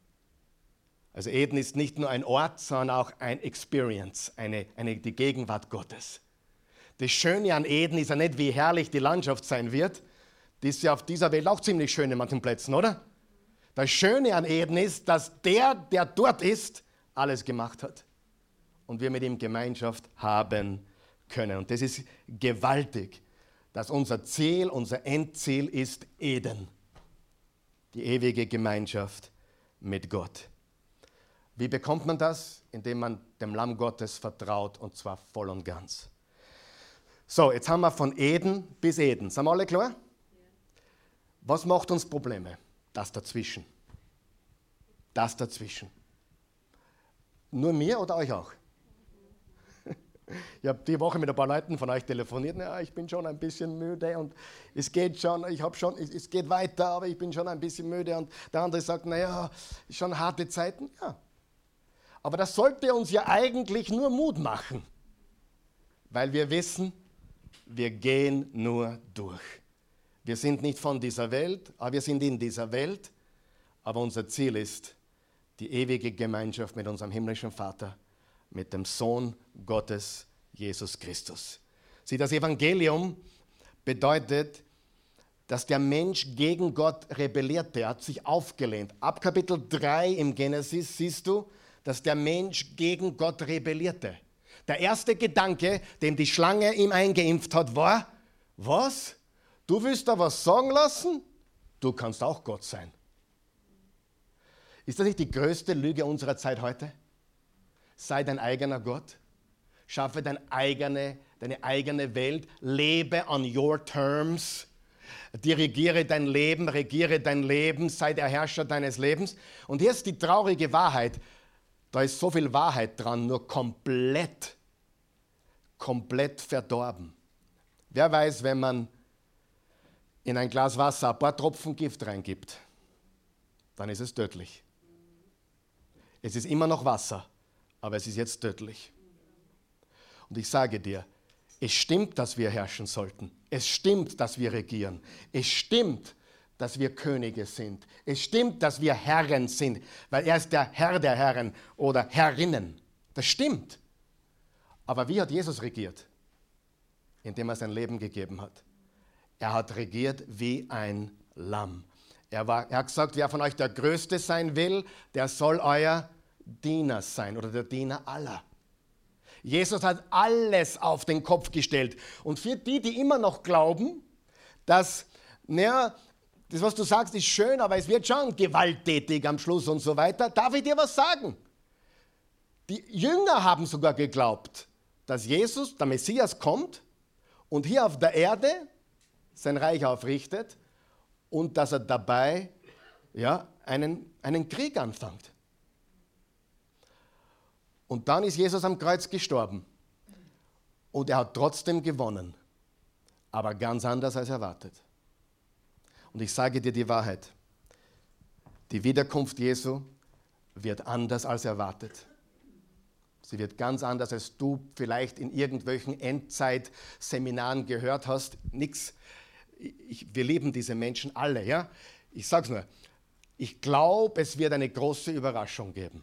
A: Also Eden ist nicht nur ein Ort, sondern auch ein Experience, eine, eine, die Gegenwart Gottes. Das Schöne an Eden ist ja nicht, wie herrlich die Landschaft sein wird. Die ist ja auf dieser Welt auch ziemlich schön in manchen Plätzen, oder? Das Schöne an Eden ist, dass der, der dort ist, alles gemacht hat. Und wir mit ihm Gemeinschaft haben können. Und das ist gewaltig, dass unser Ziel, unser Endziel ist Eden. Die ewige Gemeinschaft mit Gott. Wie bekommt man das? Indem man dem Lamm Gottes vertraut und zwar voll und ganz. So, jetzt haben wir von Eden bis Eden. Sind wir alle klar? Ja. Was macht uns Probleme? Das dazwischen. Das dazwischen. Nur mir oder euch auch? Ich habe die Woche mit ein paar Leuten von euch telefoniert. Ja, ich bin schon ein bisschen müde und es geht schon, ich habe schon, es geht weiter, aber ich bin schon ein bisschen müde. Und der andere sagt, naja, schon harte Zeiten. Ja. Aber das sollte uns ja eigentlich nur Mut machen, weil wir wissen, wir gehen nur durch. Wir sind nicht von dieser Welt, aber wir sind in dieser Welt. Aber unser Ziel ist die ewige Gemeinschaft mit unserem himmlischen Vater, mit dem Sohn Gottes, Jesus Christus. Sieh, das Evangelium bedeutet, dass der Mensch gegen Gott rebellierte, er hat sich aufgelehnt. Ab Kapitel drei im Genesis siehst du, dass der Mensch gegen Gott rebellierte. Der erste Gedanke, den die Schlange ihm eingeimpft hat, war, was? Du willst da was sagen lassen? Du kannst auch Gott sein. Ist das nicht die größte Lüge unserer Zeit heute? Sei dein eigener Gott. Schaffe deine eigene, deine eigene Welt. Lebe on your terms. Dirigiere dein Leben, regiere dein Leben, sei der Herrscher deines Lebens. Und hier ist die traurige Wahrheit. Da ist so viel Wahrheit dran, nur komplett, komplett verdorben. Wer weiß, wenn man in ein Glas Wasser ein paar Tropfen Gift reingibt, dann ist es tödlich. Es ist immer noch Wasser, aber es ist jetzt tödlich. Und ich sage dir, Es stimmt, dass wir herrschen sollten. Es stimmt, dass wir regieren. Es stimmt, dass wir Könige sind. Es stimmt, dass wir Herren sind, weil er ist der Herr der Herren oder Herrinnen. Das stimmt. Aber wie hat Jesus regiert? Indem er sein Leben gegeben hat. Er hat regiert wie ein Lamm. Er, war, er hat gesagt, wer von euch der Größte sein will, der soll euer Diener sein oder der Diener aller. Jesus hat alles auf den Kopf gestellt. Und für die, die immer noch glauben, dass, naja, das, was du sagst, ist schön, aber es wird schon gewalttätig am Schluss und so weiter, darf ich dir was sagen? Die Jünger haben sogar geglaubt, dass Jesus, der Messias, kommt und hier auf der Erde sein Reich aufrichtet und dass er dabei ja, einen, einen Krieg anfängt. Und dann ist Jesus am Kreuz gestorben. Und er hat trotzdem gewonnen. Aber ganz anders als erwartet. Und ich sage dir die Wahrheit. Die Wiederkunft Jesu wird anders als erwartet. Sie wird ganz anders, als du vielleicht in irgendwelchen Endzeitseminaren gehört hast. Nix. Ich, wir lieben diese Menschen alle. Ja? Ich sage es nur. Ich glaube, es wird eine große Überraschung geben.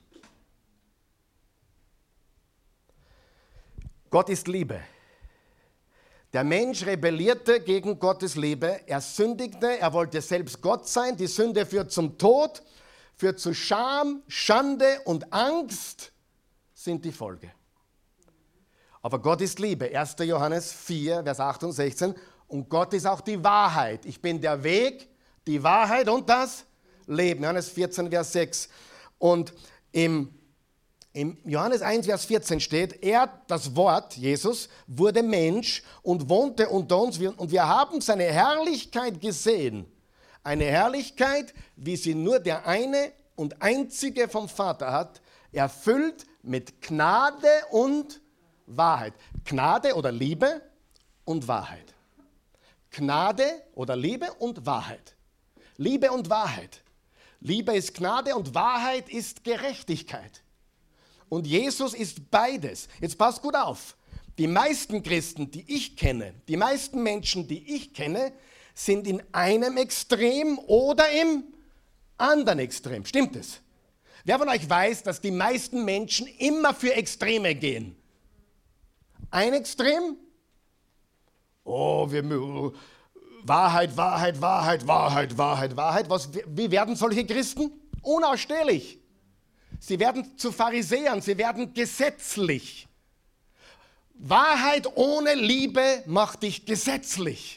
A: Gott ist Liebe. Der Mensch rebellierte gegen Gottes Liebe. Er sündigte, er wollte selbst Gott sein. Die Sünde führt zum Tod, führt zu Scham, Schande und Angst sind die Folge. Aber Gott ist Liebe. erster Johannes vier, Vers acht und sechzehn. Und Gott ist auch die Wahrheit. Ich bin der Weg, die Wahrheit und das Leben. Johannes vierzehn, Vers sechs. Und im Im Johannes eins, Vers vierzehn steht, er, das Wort, Jesus, wurde Mensch und wohnte unter uns und wir haben seine Herrlichkeit gesehen. Eine Herrlichkeit, wie sie nur der eine und einzige vom Vater hat, erfüllt mit Gnade und Wahrheit. Gnade oder Liebe und Wahrheit. Gnade oder Liebe und Wahrheit. Liebe und Wahrheit. Liebe ist Gnade und Wahrheit ist Gerechtigkeit. Und Jesus ist beides. Jetzt passt gut auf. Die meisten Christen, die ich kenne, die meisten Menschen, die ich kenne, sind in einem Extrem oder im anderen Extrem. Stimmt es? Wer von euch weiß, dass die meisten Menschen immer für Extreme gehen? Ein Extrem? Oh, wir, Wahrheit, Wahrheit, Wahrheit, Wahrheit, Wahrheit, Wahrheit. Was, wie werden solche Christen? Unausstehlich. Sie werden zu Pharisäern, sie werden gesetzlich. Wahrheit ohne Liebe macht dich gesetzlich.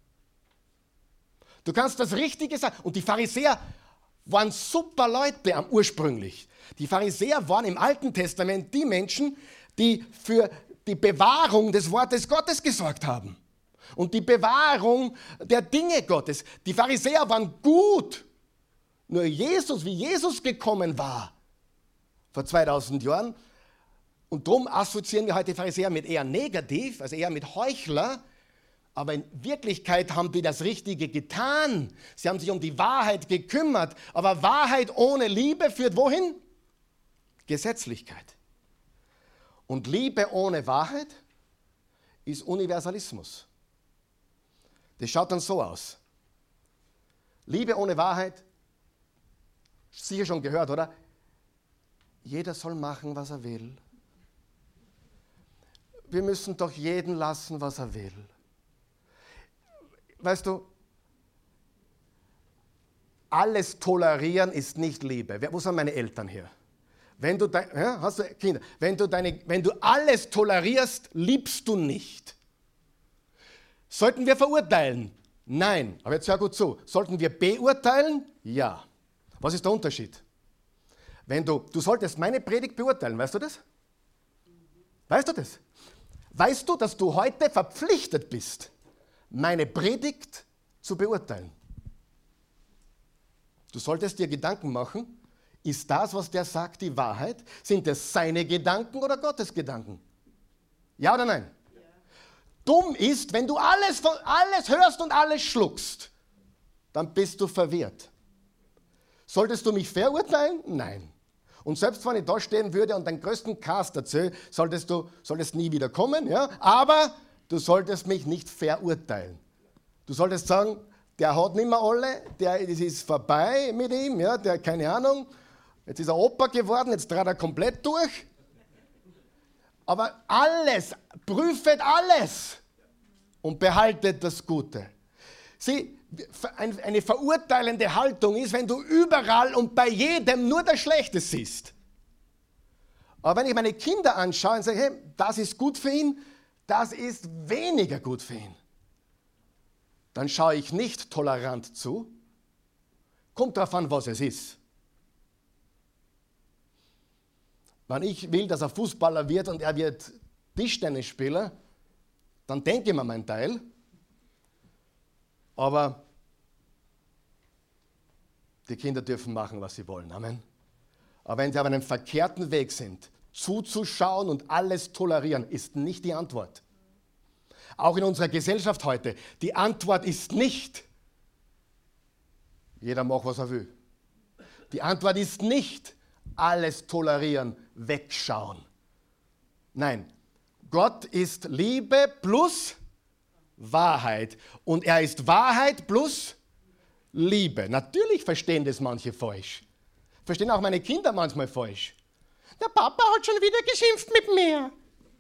A: Du kannst das Richtige sagen. Und die Pharisäer waren super Leute am ursprünglich. Die Pharisäer waren im Alten Testament die Menschen, die für die Bewahrung des Wortes Gottes gesorgt haben. Und die Bewahrung der Dinge Gottes. Die Pharisäer waren gut. Nur Jesus, wie Jesus gekommen war, vor zweitausend Jahren. Und darum assoziieren wir heute Pharisäer mit eher negativ, also eher mit Heuchler. Aber in Wirklichkeit haben die das Richtige getan. Sie haben sich um die Wahrheit gekümmert. Aber Wahrheit ohne Liebe führt wohin? Gesetzlichkeit. Und Liebe ohne Wahrheit ist Universalismus. Das schaut dann so aus. Liebe ohne Wahrheit, sicher schon gehört, oder? Jeder soll machen, was er will. Wir müssen doch jeden lassen, was er will. Weißt du, alles tolerieren ist nicht Liebe. Wo sind meine Eltern hier? Wenn du, dein, ja, hast du Kinder? Wenn du, deine, wenn du alles tolerierst, liebst du nicht. Sollten wir verurteilen? Nein. Aber jetzt hör gut zu. Sollten wir beurteilen? Ja. Was ist der Unterschied? Wenn du, du solltest meine Predigt beurteilen, weißt du das? Weißt du das? Weißt du, dass du heute verpflichtet bist, meine Predigt zu beurteilen? Du solltest dir Gedanken machen, ist das, was der sagt, die Wahrheit? Sind es seine Gedanken oder Gottes Gedanken? Ja oder nein? Ja. Dumm ist, wenn du alles, alles hörst und alles schluckst, dann bist du verwirrt. Solltest du mich verurteilen? Nein. Und selbst wenn ich da stehen würde und den größten Cast erzähle, solltest du solltest nie wieder kommen, ja? Aber du solltest mich nicht verurteilen. Du solltest sagen, der hat nicht mehr alle, der, das ist vorbei mit ihm, ja, der, keine Ahnung, jetzt ist er Opa geworden, jetzt dreht er komplett durch. Aber alles, prüfet alles und behaltet das Gute. Sieh, eine verurteilende Haltung ist, wenn du überall und bei jedem nur das Schlechte siehst. Aber wenn ich meine Kinder anschaue und sage, hey, das ist gut für ihn, das ist weniger gut für ihn, dann schaue ich nicht tolerant zu. Kommt darauf an, was es ist. Wenn ich will, dass er Fußballer wird und er wird Tischtennisspieler, dann denke ich mir meinen Teil. Aber die Kinder dürfen machen, was sie wollen. Amen. Aber wenn sie auf einem verkehrten Weg sind, zuzuschauen und alles tolerieren, ist nicht die Antwort. Auch in unserer Gesellschaft heute, die Antwort ist nicht, jeder macht, was er will. Die Antwort ist nicht, alles tolerieren, wegschauen. Nein, Gott ist Liebe plus Wahrheit. Und er ist Wahrheit plus Liebe. Natürlich verstehen das manche falsch. Verstehen auch meine Kinder manchmal falsch. Der Papa hat schon wieder geschimpft mit mir.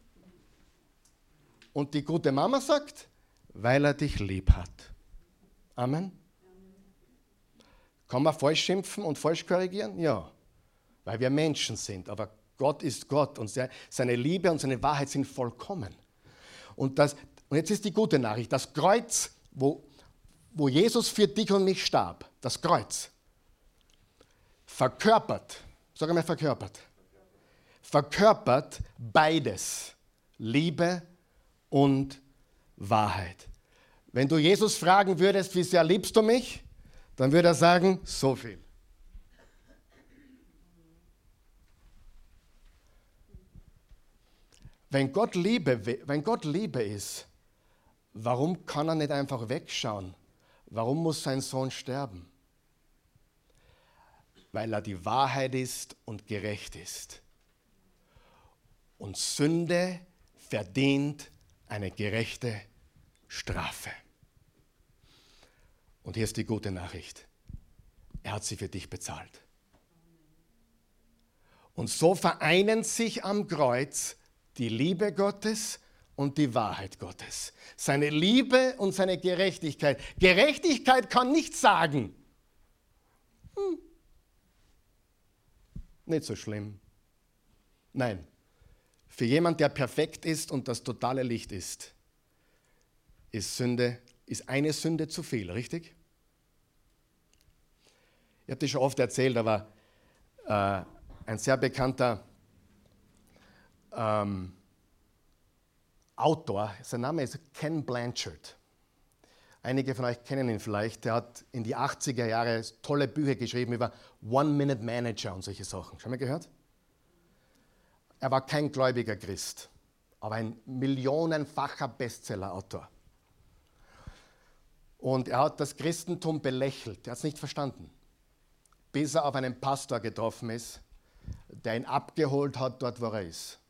A: Und die gute Mama sagt, weil er dich lieb hat. Amen. Kann man falsch schimpfen und falsch korrigieren? Ja, weil wir Menschen sind. Aber Gott ist Gott und seine Liebe und seine Wahrheit sind vollkommen. Und, das, und jetzt ist die gute Nachricht, das Kreuz, wo, wo Jesus für dich und mich starb, das Kreuz, verkörpert, sag einmal verkörpert, verkörpert beides, Liebe und Wahrheit. Wenn du Jesus fragen würdest, wie sehr liebst du mich, dann würde er sagen, so viel. Wenn Gott Liebe, wenn Gott Liebe ist, warum kann er nicht einfach wegschauen? Warum muss sein Sohn sterben? Weil er die Wahrheit ist und gerecht ist. Und Sünde verdient eine gerechte Strafe. Und hier ist die gute Nachricht. Er hat sie für dich bezahlt. Und so vereinen sich am Kreuz die Liebe Gottes und die Wahrheit Gottes. Seine Liebe und seine Gerechtigkeit. Gerechtigkeit kann nicht sagen, hm, nicht so schlimm. Nein, für jemanden, der perfekt ist und das totale Licht ist, ist Sünde, ist eine Sünde zu viel, richtig? Ich habe das schon oft erzählt, aber äh, ein sehr bekannter ähm, Autor, sein Name ist Ken Blanchard. Einige von euch kennen ihn vielleicht. Der hat in die achtziger Jahre tolle Bücher geschrieben über One-Minute-Manager und solche Sachen. Schon mal gehört? Er war kein gläubiger Christ, aber ein millionenfacher Bestseller-Autor. Und er hat das Christentum belächelt. Er hat es nicht verstanden. Bis er auf einen Pastor getroffen ist, der ihn abgeholt hat, dort wo er ist.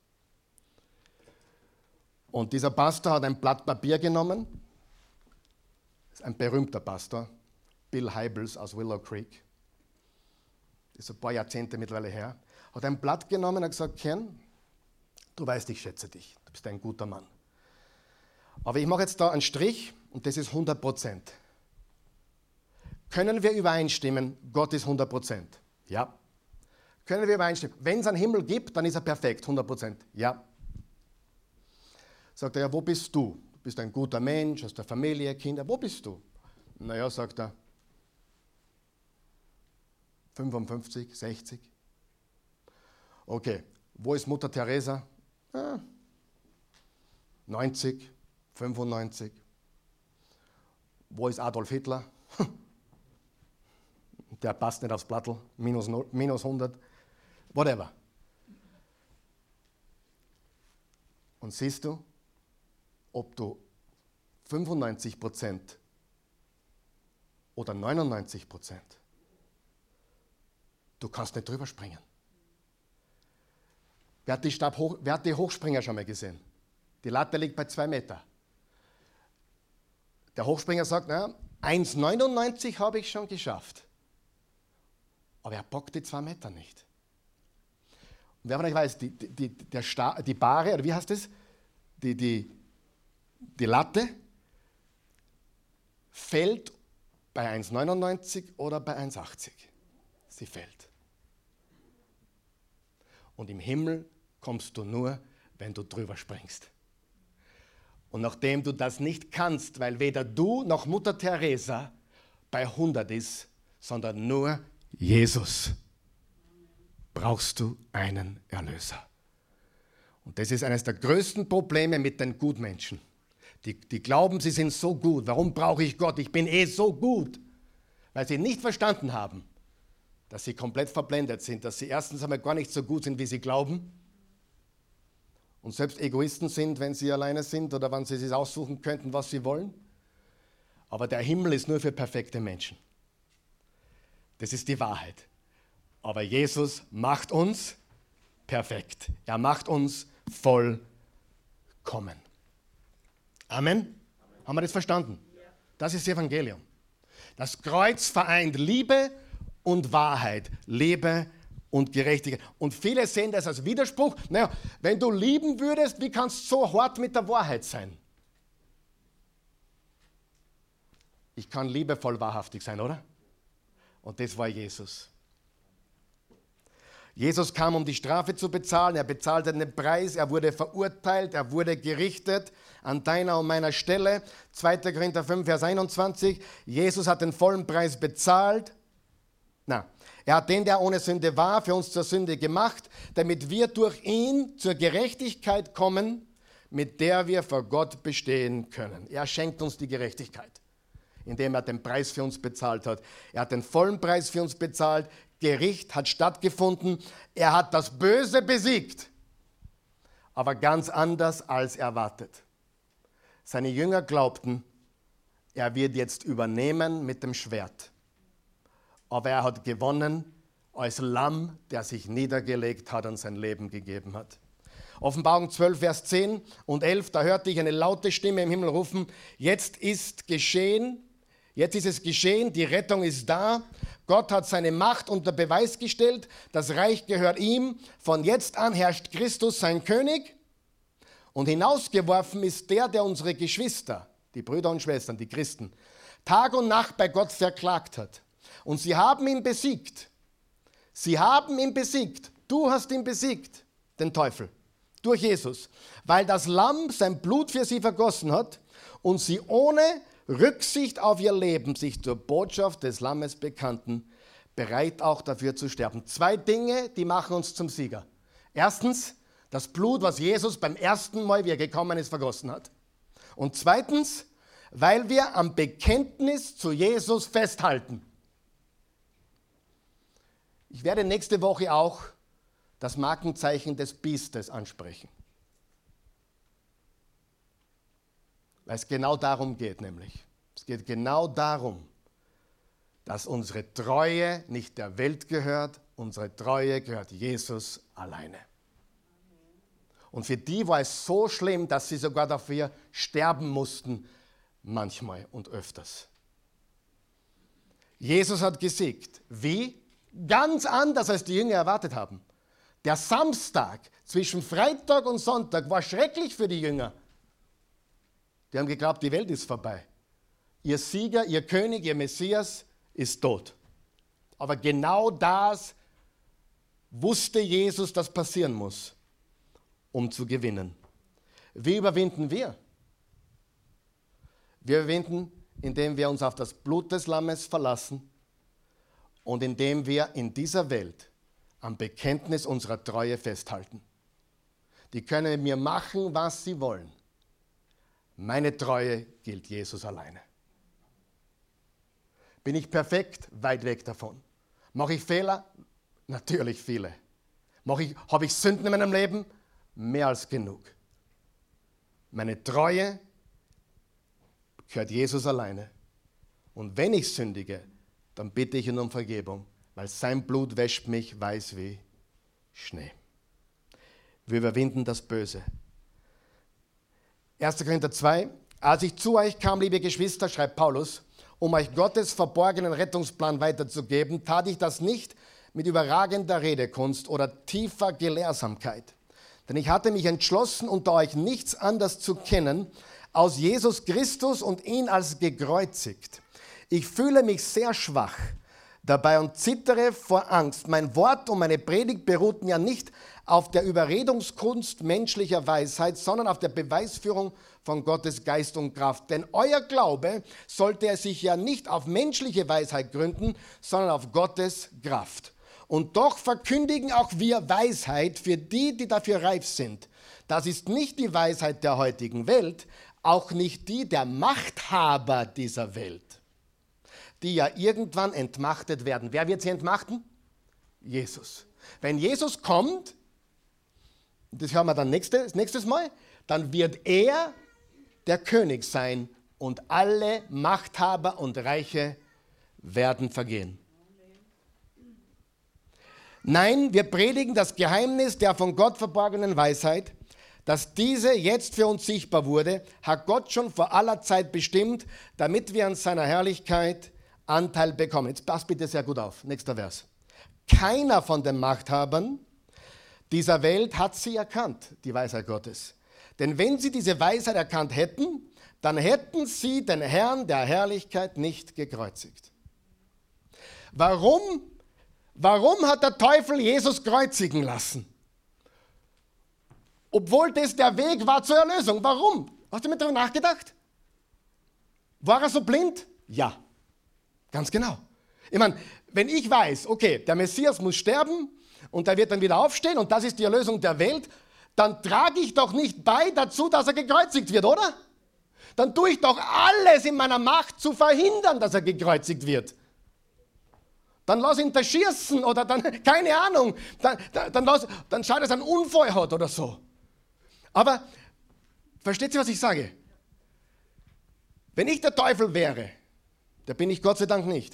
A: Und dieser Pastor hat ein Blatt Papier genommen, das ist ein berühmter Pastor, Bill Hybels aus Willow Creek, das ist ein paar Jahrzehnte mittlerweile her, hat ein Blatt genommen und gesagt, Ken, du weißt, ich schätze dich, du bist ein guter Mann. Aber ich mache jetzt da einen Strich und das ist hundert Prozent. Können wir übereinstimmen, Gott ist hundert Prozent? Ja. Können wir übereinstimmen? Wenn es einen Himmel gibt, dann ist er perfekt, hundert Prozent? Ja. Sagt er, ja, wo bist du? Du bist ein guter Mensch, hast eine Familie, Kinder, wo bist du? Naja, sagt er, fünfundfünfzig, sechzig. Okay, wo ist Mutter Teresa? Ah, neunzig, fünfundneunzig. Wo ist Adolf Hitler? Der passt nicht aufs Blattl, minus, minus hundert, whatever. Und siehst du, ob du fünfundneunzig Prozent oder neunundneunzig Prozent, du kannst nicht drüber springen. Wer hat die, Stabhoch, wer hat die Hochspringer schon mal gesehen? Die Latte liegt bei zwei Meter. Der Hochspringer sagt, naja, eins Komma neunundneunzig habe ich schon geschafft. Aber er packt die zwei Meter nicht. Und wer von euch weiß, die, die, der Sta- die Bahre, oder wie heißt das? Die, die, die Latte fällt bei eins Komma neunundneunzig oder bei eins Komma achtzig. Sie fällt. Und im Himmel kommst du nur, wenn du drüber springst. Und nachdem du das nicht kannst, weil weder du noch Mutter Teresa bei hundert ist, sondern nur Jesus, brauchst du einen Erlöser. Und das ist eines der größten Probleme mit den Gutmenschen. Die, die glauben, sie sind so gut. Warum brauche ich Gott? Ich bin eh so gut. Weil sie nicht verstanden haben, dass sie komplett verblendet sind, dass sie erstens einmal gar nicht so gut sind, wie sie glauben. Und selbst Egoisten sind, wenn sie alleine sind oder wenn sie sich aussuchen könnten, was sie wollen. Aber der Himmel ist nur für perfekte Menschen. Das ist die Wahrheit. Aber Jesus macht uns perfekt. Er macht uns vollkommen. Amen? Amen. Haben wir das verstanden? Ja. Das ist das Evangelium. Das Kreuz vereint Liebe und Wahrheit. Liebe und Gerechtigkeit. Und viele sehen das als Widerspruch. Naja, wenn du lieben würdest, wie kannst du so hart mit der Wahrheit sein? Ich kann liebevoll wahrhaftig sein, oder? Und das war Jesus. Jesus kam, um die Strafe zu bezahlen. Er bezahlte den Preis. Er wurde verurteilt. Er wurde gerichtet an deiner und meiner Stelle. zweiter Korinther fünf, Vers einundzwanzig. Jesus hat den vollen Preis bezahlt. Na, er hat den, der ohne Sünde war, für uns zur Sünde gemacht, damit wir durch ihn zur Gerechtigkeit kommen, mit der wir vor Gott bestehen können. Er schenkt uns die Gerechtigkeit, indem er den Preis für uns bezahlt hat. Er hat den vollen Preis für uns bezahlt. Gericht hat stattgefunden. Er hat das Böse besiegt, aber ganz anders als erwartet. Seine Jünger glaubten, er wird jetzt übernehmen mit dem Schwert. Aber er hat gewonnen als Lamm, der sich niedergelegt hat und sein Leben gegeben hat. Offenbarung zwölf, Vers zehn und elf, da hörte ich eine laute Stimme im Himmel rufen, jetzt ist geschehen, jetzt ist es geschehen, die Rettung ist da. Gott hat seine Macht unter Beweis gestellt, das Reich gehört ihm. Von jetzt an herrscht Christus, sein König. Und hinausgeworfen ist der, der unsere Geschwister, die Brüder und Schwestern, die Christen, Tag und Nacht bei Gott verklagt hat. Und sie haben ihn besiegt. Sie haben ihn besiegt. Du hast ihn besiegt, den Teufel, durch Jesus, weil das Lamm sein Blut für sie vergossen hat und sie ohne Rücksicht auf ihr Leben sich zur Botschaft des Lammes bekannten, bereit auch dafür zu sterben. Zwei Dinge, die machen uns zum Sieger. Erstens, das Blut, was Jesus beim ersten Mal, wie er gekommen ist, vergossen hat. Und zweitens, weil wir am Bekenntnis zu Jesus festhalten. Ich werde nächste Woche auch das Markenzeichen des Biestes ansprechen. Weil es genau darum geht, nämlich. Es geht genau darum, dass unsere Treue nicht der Welt gehört, unsere Treue gehört Jesus alleine. Und für die war es so schlimm, dass sie sogar dafür sterben mussten, manchmal und öfters. Jesus hat gesiegt. Wie? Ganz anders, als die Jünger erwartet haben. Der Samstag zwischen Freitag und Sonntag war schrecklich für die Jünger. Die haben geglaubt, die Welt ist vorbei. Ihr Sieger, ihr König, ihr Messias ist tot. Aber genau das wusste Jesus, dass passieren muss, um zu gewinnen. Wie überwinden wir? Wir überwinden, indem wir uns auf das Blut des Lammes verlassen und indem wir in dieser Welt am Bekenntnis unserer Treue festhalten. Die können mit mir machen, was sie wollen. Meine Treue gilt Jesus alleine. Bin ich perfekt? Weit weg davon. Mache ich Fehler? Natürlich viele. Mache ich, habe ich Sünden in meinem Leben? Mehr als genug. Meine Treue gehört Jesus alleine. Und wenn ich sündige, dann bitte ich ihn um Vergebung, weil sein Blut wäscht mich weiß wie Schnee. Wir überwinden das Böse. erster Korinther zwei, Als ich zu euch kam, liebe Geschwister, schreibt Paulus, um euch Gottes verborgenen Rettungsplan weiterzugeben, tat ich das nicht mit überragender Redekunst oder tiefer Gelehrsamkeit. Denn ich hatte mich entschlossen, unter euch nichts anderes zu kennen, als Jesus Christus und ihn als gekreuzigt. Ich fühle mich sehr schwach dabei und zittere vor Angst. Mein Wort und meine Predigt beruhten ja nicht auf der Überredungskunst menschlicher Weisheit, sondern auf der Beweisführung von Gottes Geist und Kraft. Denn euer Glaube sollte sich ja nicht auf menschliche Weisheit gründen, sondern auf Gottes Kraft. Und doch verkündigen auch wir Weisheit für die, die dafür reif sind. Das ist nicht die Weisheit der heutigen Welt, auch nicht die der Machthaber dieser Welt, die ja irgendwann entmachtet werden. Wer wird sie entmachten? Jesus. Wenn Jesus kommt, das hören wir dann nächstes, nächstes Mal, dann wird er der König sein und alle Machthaber und Reiche werden vergehen. Nein, wir predigen das Geheimnis der von Gott verborgenen Weisheit, dass diese jetzt für uns sichtbar wurde, hat Gott schon vor aller Zeit bestimmt, damit wir an seiner Herrlichkeit Anteil bekommen. Jetzt passt bitte sehr gut auf. Nächster Vers. Keiner von den Machthabern dieser Welt hat sie erkannt, die Weisheit Gottes. Denn wenn sie diese Weisheit erkannt hätten, dann hätten sie den Herrn der Herrlichkeit nicht gekreuzigt. Warum? Warum hat der Teufel Jesus kreuzigen lassen? Obwohl das der Weg war zur Erlösung. Warum? Hast du mit darüber nachgedacht? War er so blind? Ja, ganz genau. Ich meine, wenn ich weiß, okay, der Messias muss sterben und er wird dann wieder aufstehen und das ist die Erlösung der Welt, dann trage ich doch nicht bei dazu, dass er gekreuzigt wird, oder? Dann tue ich doch alles in meiner Macht zu verhindern, dass er gekreuzigt wird. Dann lass ihn erschießen oder dann, keine Ahnung, dann, dann, dann, lass, dann schau, dass er einen Unfall hat oder so. Aber, versteht ihr, was ich sage? Wenn ich der Teufel wäre, da bin ich Gott sei Dank nicht.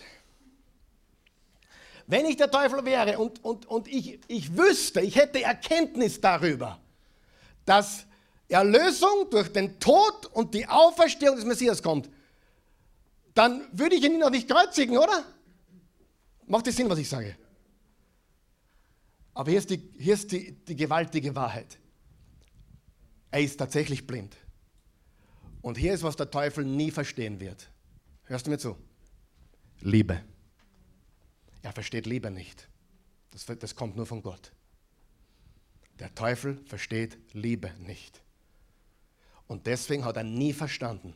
A: Wenn ich der Teufel wäre und, und, und ich, ich wüsste, ich hätte Erkenntnis darüber, dass Erlösung durch den Tod und die Auferstehung des Messias kommt, dann würde ich ihn noch nicht kreuzigen, oder? Macht das Sinn, was ich sage? Aber hier ist die, hier ist die, die gewaltige Wahrheit. Er ist tatsächlich blind. Und hier ist, was der Teufel nie verstehen wird. Hörst du mir zu? Liebe. Er versteht Liebe nicht. Das, das kommt nur von Gott. Der Teufel versteht Liebe nicht. Und deswegen hat er nie verstanden,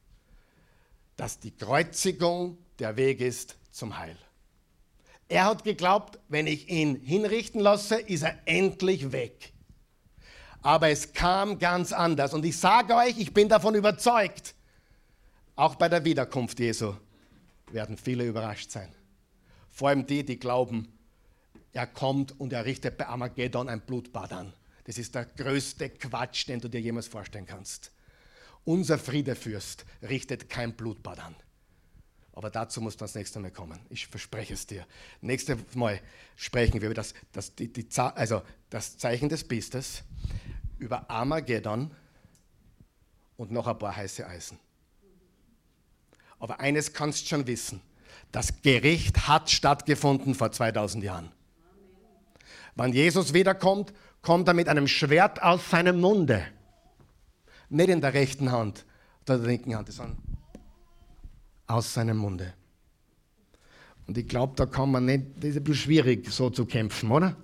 A: dass die Kreuzigung der Weg ist zum Heil. Er hat geglaubt, wenn ich ihn hinrichten lasse, ist er endlich weg. Aber es kam ganz anders. Und ich sage euch, ich bin davon überzeugt, auch bei der Wiederkunft Jesu werden viele überrascht sein. Vor allem die, die glauben, er kommt und er richtet bei Armageddon ein Blutbad an. Das ist der größte Quatsch, den du dir jemals vorstellen kannst. Unser Friedefürst richtet kein Blutbad an. Aber dazu muss das nächste Mal kommen. Ich verspreche es dir. Nächstes Mal sprechen wir über das, das, die, die, also das Zeichen des Biestes, über Armageddon und noch ein paar heiße Eisen. Aber eines kannst du schon wissen. Das Gericht hat stattgefunden vor zweitausend Jahren. Wenn Jesus wiederkommt, kommt er mit einem Schwert aus seinem Munde. Nicht in der rechten Hand oder der linken Hand, sondern aus seinem Munde. Und ich glaube, da kann man nicht, das ist ein bisschen schwierig, so zu kämpfen, oder?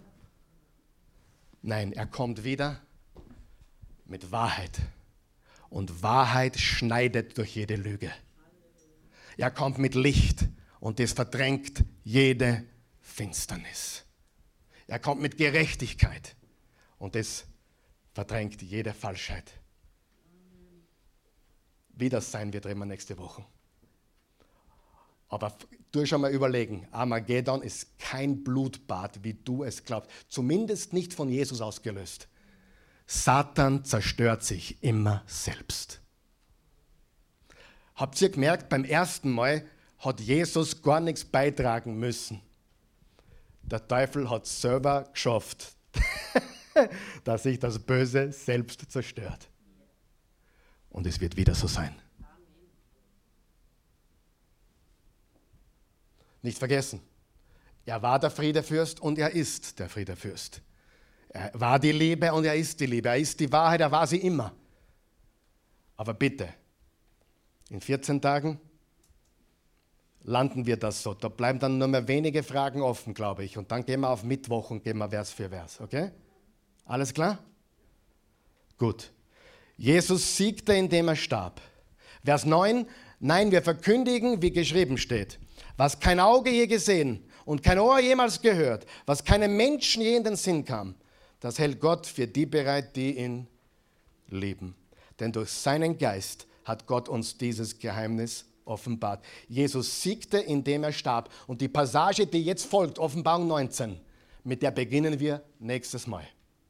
A: Nein, er kommt wieder mit Wahrheit. Und Wahrheit schneidet durch jede Lüge. Er kommt mit Licht und das verdrängt jede Finsternis. Er kommt mit Gerechtigkeit und das verdrängt jede Falschheit. Wie das sein wird, reden wir nächste Woche. Aber du schon mal überlegen, Armageddon ist kein Blutbad, wie du es glaubst. Zumindest nicht von Jesus ausgelöst. Satan zerstört sich immer selbst. Habt ihr gemerkt, beim ersten Mal hat Jesus gar nichts beitragen müssen. Der Teufel hat es selber geschafft, dass sich das Böse selbst zerstört. Und es wird wieder so sein. Nicht vergessen, er war der Friedefürst und er ist der Friedefürst. Er war die Liebe und er ist die Liebe. Er ist die Wahrheit, er war sie immer. Aber bitte, in vierzehn Tagen landen wir das so. Da bleiben dann nur mehr wenige Fragen offen, glaube ich. Und dann gehen wir auf Mittwoch und gehen wir Vers für Vers. Okay? Alles klar? Gut. Jesus siegte, indem er starb. Vers neun. Nein, wir verkündigen, wie geschrieben steht. Was kein Auge je gesehen und kein Ohr jemals gehört, was keinem Menschen je in den Sinn kam, das hält Gott für die bereit, die ihn lieben. Denn durch seinen Geist hat Gott uns dieses Geheimnis offenbart. Jesus siegte, indem er starb. Und die Passage, die jetzt folgt, Offenbarung neunzehn, mit der beginnen wir nächstes Mal.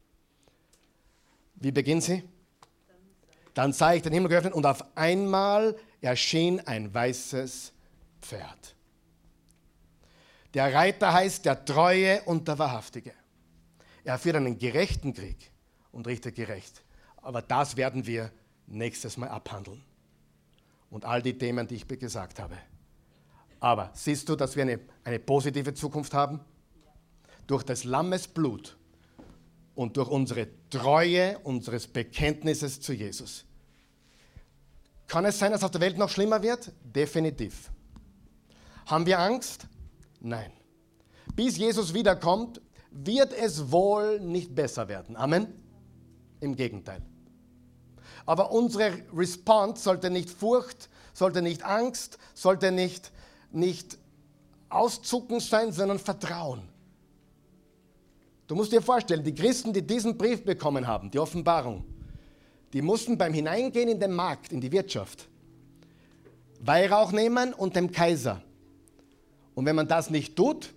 A: Wie beginnt sie? Dann sah ich den Himmel geöffnet und auf einmal erschien ein weißes Pferd. Der Reiter heißt der Treue und der Wahrhaftige. Er führt einen gerechten Krieg und richtet gerecht. Aber das werden wir nächstes Mal abhandeln. Und all die Themen, die ich gesagt habe. Aber siehst du, dass wir eine, eine positive Zukunft haben? Durch des Lammes Blut und durch unsere Treue, unseres Bekenntnisses zu Jesus. Kann es sein, dass auf der Welt noch schlimmer wird? Definitiv. Haben wir Angst? Nein. Bis Jesus wiederkommt, wird es wohl nicht besser werden. Amen? Im Gegenteil. Aber unsere Response sollte nicht Furcht, sollte nicht Angst, sollte nicht, nicht Auszucken sein, sondern Vertrauen. Du musst dir vorstellen, die Christen, die diesen Brief bekommen haben, die Offenbarung, die mussten beim Hineingehen in den Markt, in die Wirtschaft, Weihrauch nehmen und dem Kaiser. Und wenn man das nicht tut,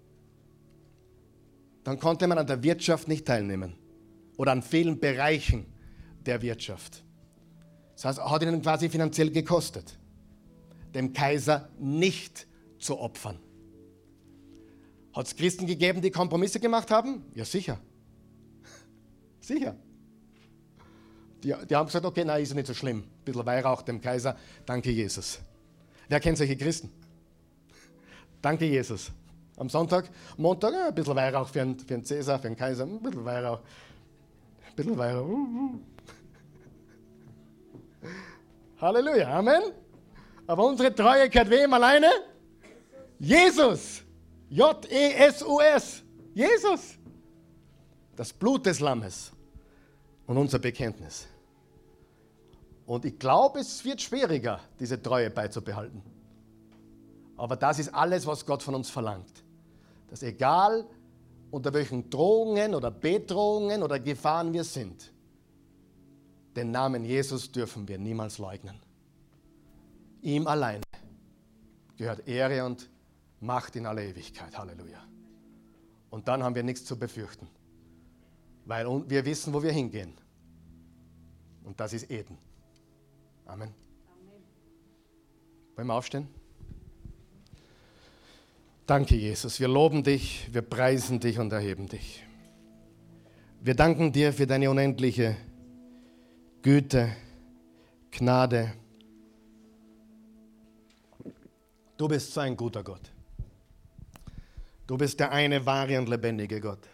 A: dann konnte man an der Wirtschaft nicht teilnehmen oder an vielen Bereichen der Wirtschaft. Das heißt, hat ihnen quasi finanziell gekostet, dem Kaiser nicht zu opfern. Hat es Christen gegeben, die Kompromisse gemacht haben? Ja, sicher. Sicher. Die, die haben gesagt, okay, nein, ist nicht so schlimm. Ein bisschen Weihrauch dem Kaiser, danke Jesus. Wer kennt solche Christen? Danke Jesus. Am Sonntag, Montag, ein bisschen Weihrauch für einen, für einen Cäsar, für einen Kaiser, ein bisschen Weihrauch. Ein bisschen Weihrauch. Halleluja, Amen. Aber unsere Treue gehört wem alleine? Jesus. J E S U S. Jesus. Das Blut des Lammes und unser Bekenntnis. Und ich glaube, es wird schwieriger, diese Treue beizubehalten. Aber das ist alles, was Gott von uns verlangt. Dass egal, unter welchen Drohungen oder Bedrohungen oder Gefahren wir sind, den Namen Jesus dürfen wir niemals leugnen. Ihm alleine gehört Ehre und Macht in aller Ewigkeit. Halleluja. Und dann haben wir nichts zu befürchten, weil wir wissen, wo wir hingehen. Und das ist Eden. Amen. Amen. Wollen wir aufstehen? Danke, Jesus. Wir loben dich, wir preisen dich und erheben dich. Wir danken dir für deine unendliche Güte, Gnade. Du bist so ein guter Gott. Du bist der eine wahre und lebendige Gott.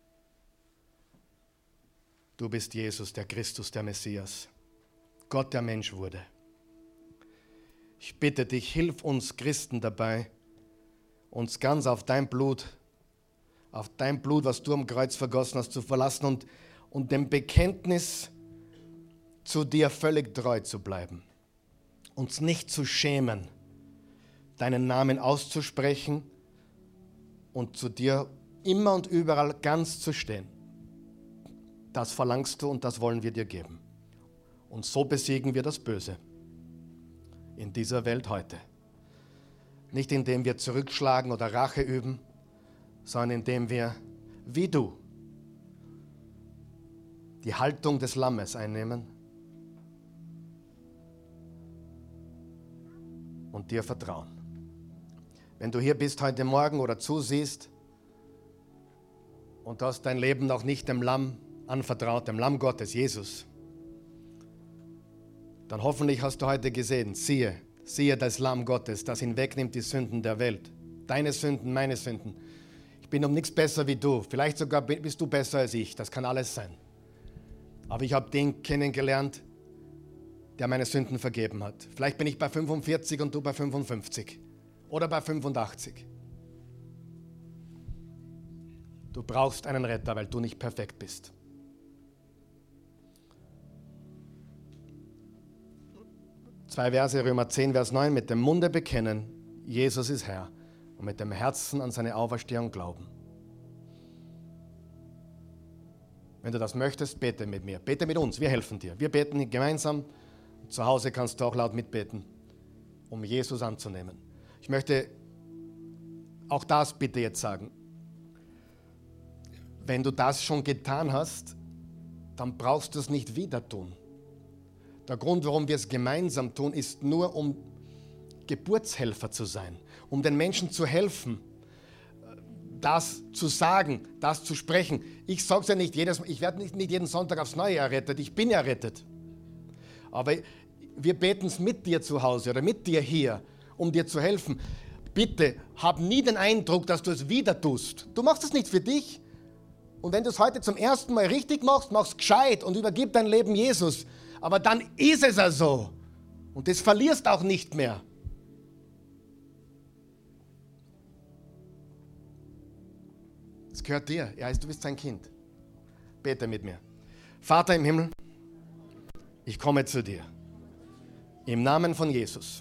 A: Du bist Jesus, der Christus, der Messias. Gott, der Mensch wurde. Ich bitte dich, hilf uns Christen dabei, uns ganz auf dein Blut, auf dein Blut, was du am Kreuz vergossen hast, zu verlassen und, und dem Bekenntnis zu dir völlig treu zu bleiben. Uns nicht zu schämen, deinen Namen auszusprechen und zu dir immer und überall ganz zu stehen. Das verlangst du und das wollen wir dir geben. Und so besiegen wir das Böse in dieser Welt heute. Nicht indem wir zurückschlagen oder Rache üben, sondern indem wir, wie du, die Haltung des Lammes einnehmen und dir vertrauen. Wenn du hier bist heute Morgen oder zusiehst und hast dein Leben noch nicht dem Lamm anvertraut, dem Lamm Gottes, Jesus, dann hoffentlich hast du heute gesehen, siehe, siehe das Lamm Gottes, das hinwegnimmt die Sünden der Welt. Deine Sünden, meine Sünden. Ich bin um nichts besser wie du. Vielleicht sogar bist du besser als ich. Das kann alles sein. Aber ich habe den kennengelernt, der meine Sünden vergeben hat. Vielleicht bin ich bei fünfundvierzig und du bei fünfundfünfzig. Oder bei fünfundachtzig. Du brauchst einen Retter, weil du nicht perfekt bist. Zwei Verse, Römer zehn, Vers neun. Mit dem Munde bekennen, Jesus ist Herr. Und mit dem Herzen an seine Auferstehung glauben. Wenn du das möchtest, bete mit mir. Bete mit uns, wir helfen dir. Wir beten gemeinsam. Zu Hause kannst du auch laut mitbeten, um Jesus anzunehmen. Ich möchte auch das bitte jetzt sagen. Wenn du das schon getan hast, dann brauchst du es nicht wieder tun. Der Grund, warum wir es gemeinsam tun, ist nur, um Geburtshelfer zu sein, um den Menschen zu helfen, das zu sagen, das zu sprechen. Ich sage es ja nicht jedes Mal, ich werde nicht, nicht jeden Sonntag aufs Neue errettet, ich bin errettet. Aber wir beten es mit dir zu Hause oder mit dir hier, um dir zu helfen. Bitte, hab nie den Eindruck, dass du es wieder tust. Du machst es nicht für dich. Und wenn du es heute zum ersten Mal richtig machst, mach es gescheit und übergib dein Leben Jesus. Aber dann ist es ja so. Und das verlierst auch nicht mehr. Es gehört dir. Ja, du bist sein Kind. Bete mit mir. Vater im Himmel, ich komme zu dir. Im Namen von Jesus.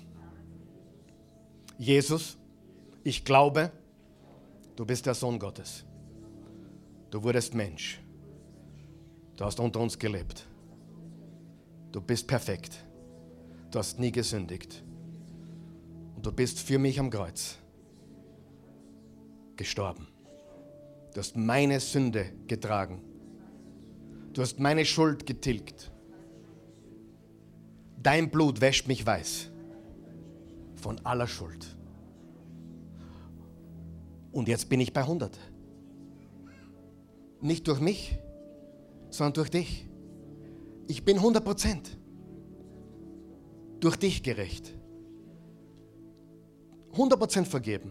A: Jesus, ich glaube, du bist der Sohn Gottes. Du wurdest Mensch. Du hast unter uns gelebt. Du bist perfekt. Du hast nie gesündigt. Und du bist für mich am Kreuz gestorben. Du hast meine Sünde getragen. Du hast meine Schuld getilgt. Dein Blut wäscht mich weiß von aller Schuld. Und jetzt bin ich bei hundert. Nicht durch mich, sondern durch dich. Ich bin hundert Prozent durch dich gerecht. hundert Prozent vergeben.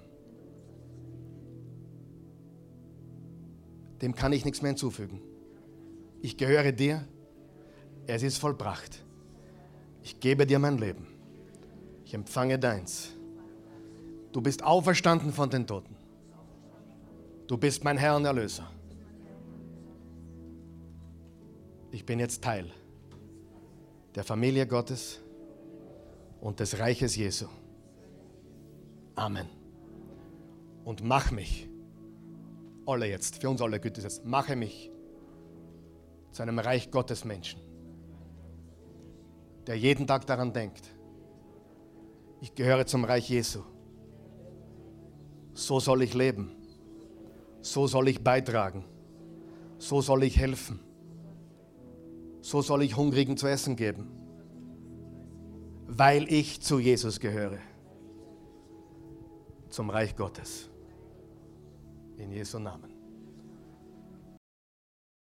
A: Dem kann ich nichts mehr hinzufügen. Ich gehöre dir. Es ist vollbracht. Ich gebe dir mein Leben. Ich empfange deins. Du bist auferstanden von den Toten. Du bist mein Herr und Erlöser. Ich bin jetzt Teil der Familie Gottes und des Reiches Jesu. Amen. Und mach mich, alle jetzt, für uns alle gilt es jetzt, mache mich zu einem Reich Gottes Menschen, der jeden Tag daran denkt, ich gehöre zum Reich Jesu. So soll ich leben. So soll ich beitragen. So soll ich helfen. So soll ich Hungrigen zu essen geben, weil ich zu Jesus gehöre, zum Reich Gottes. In Jesu Namen.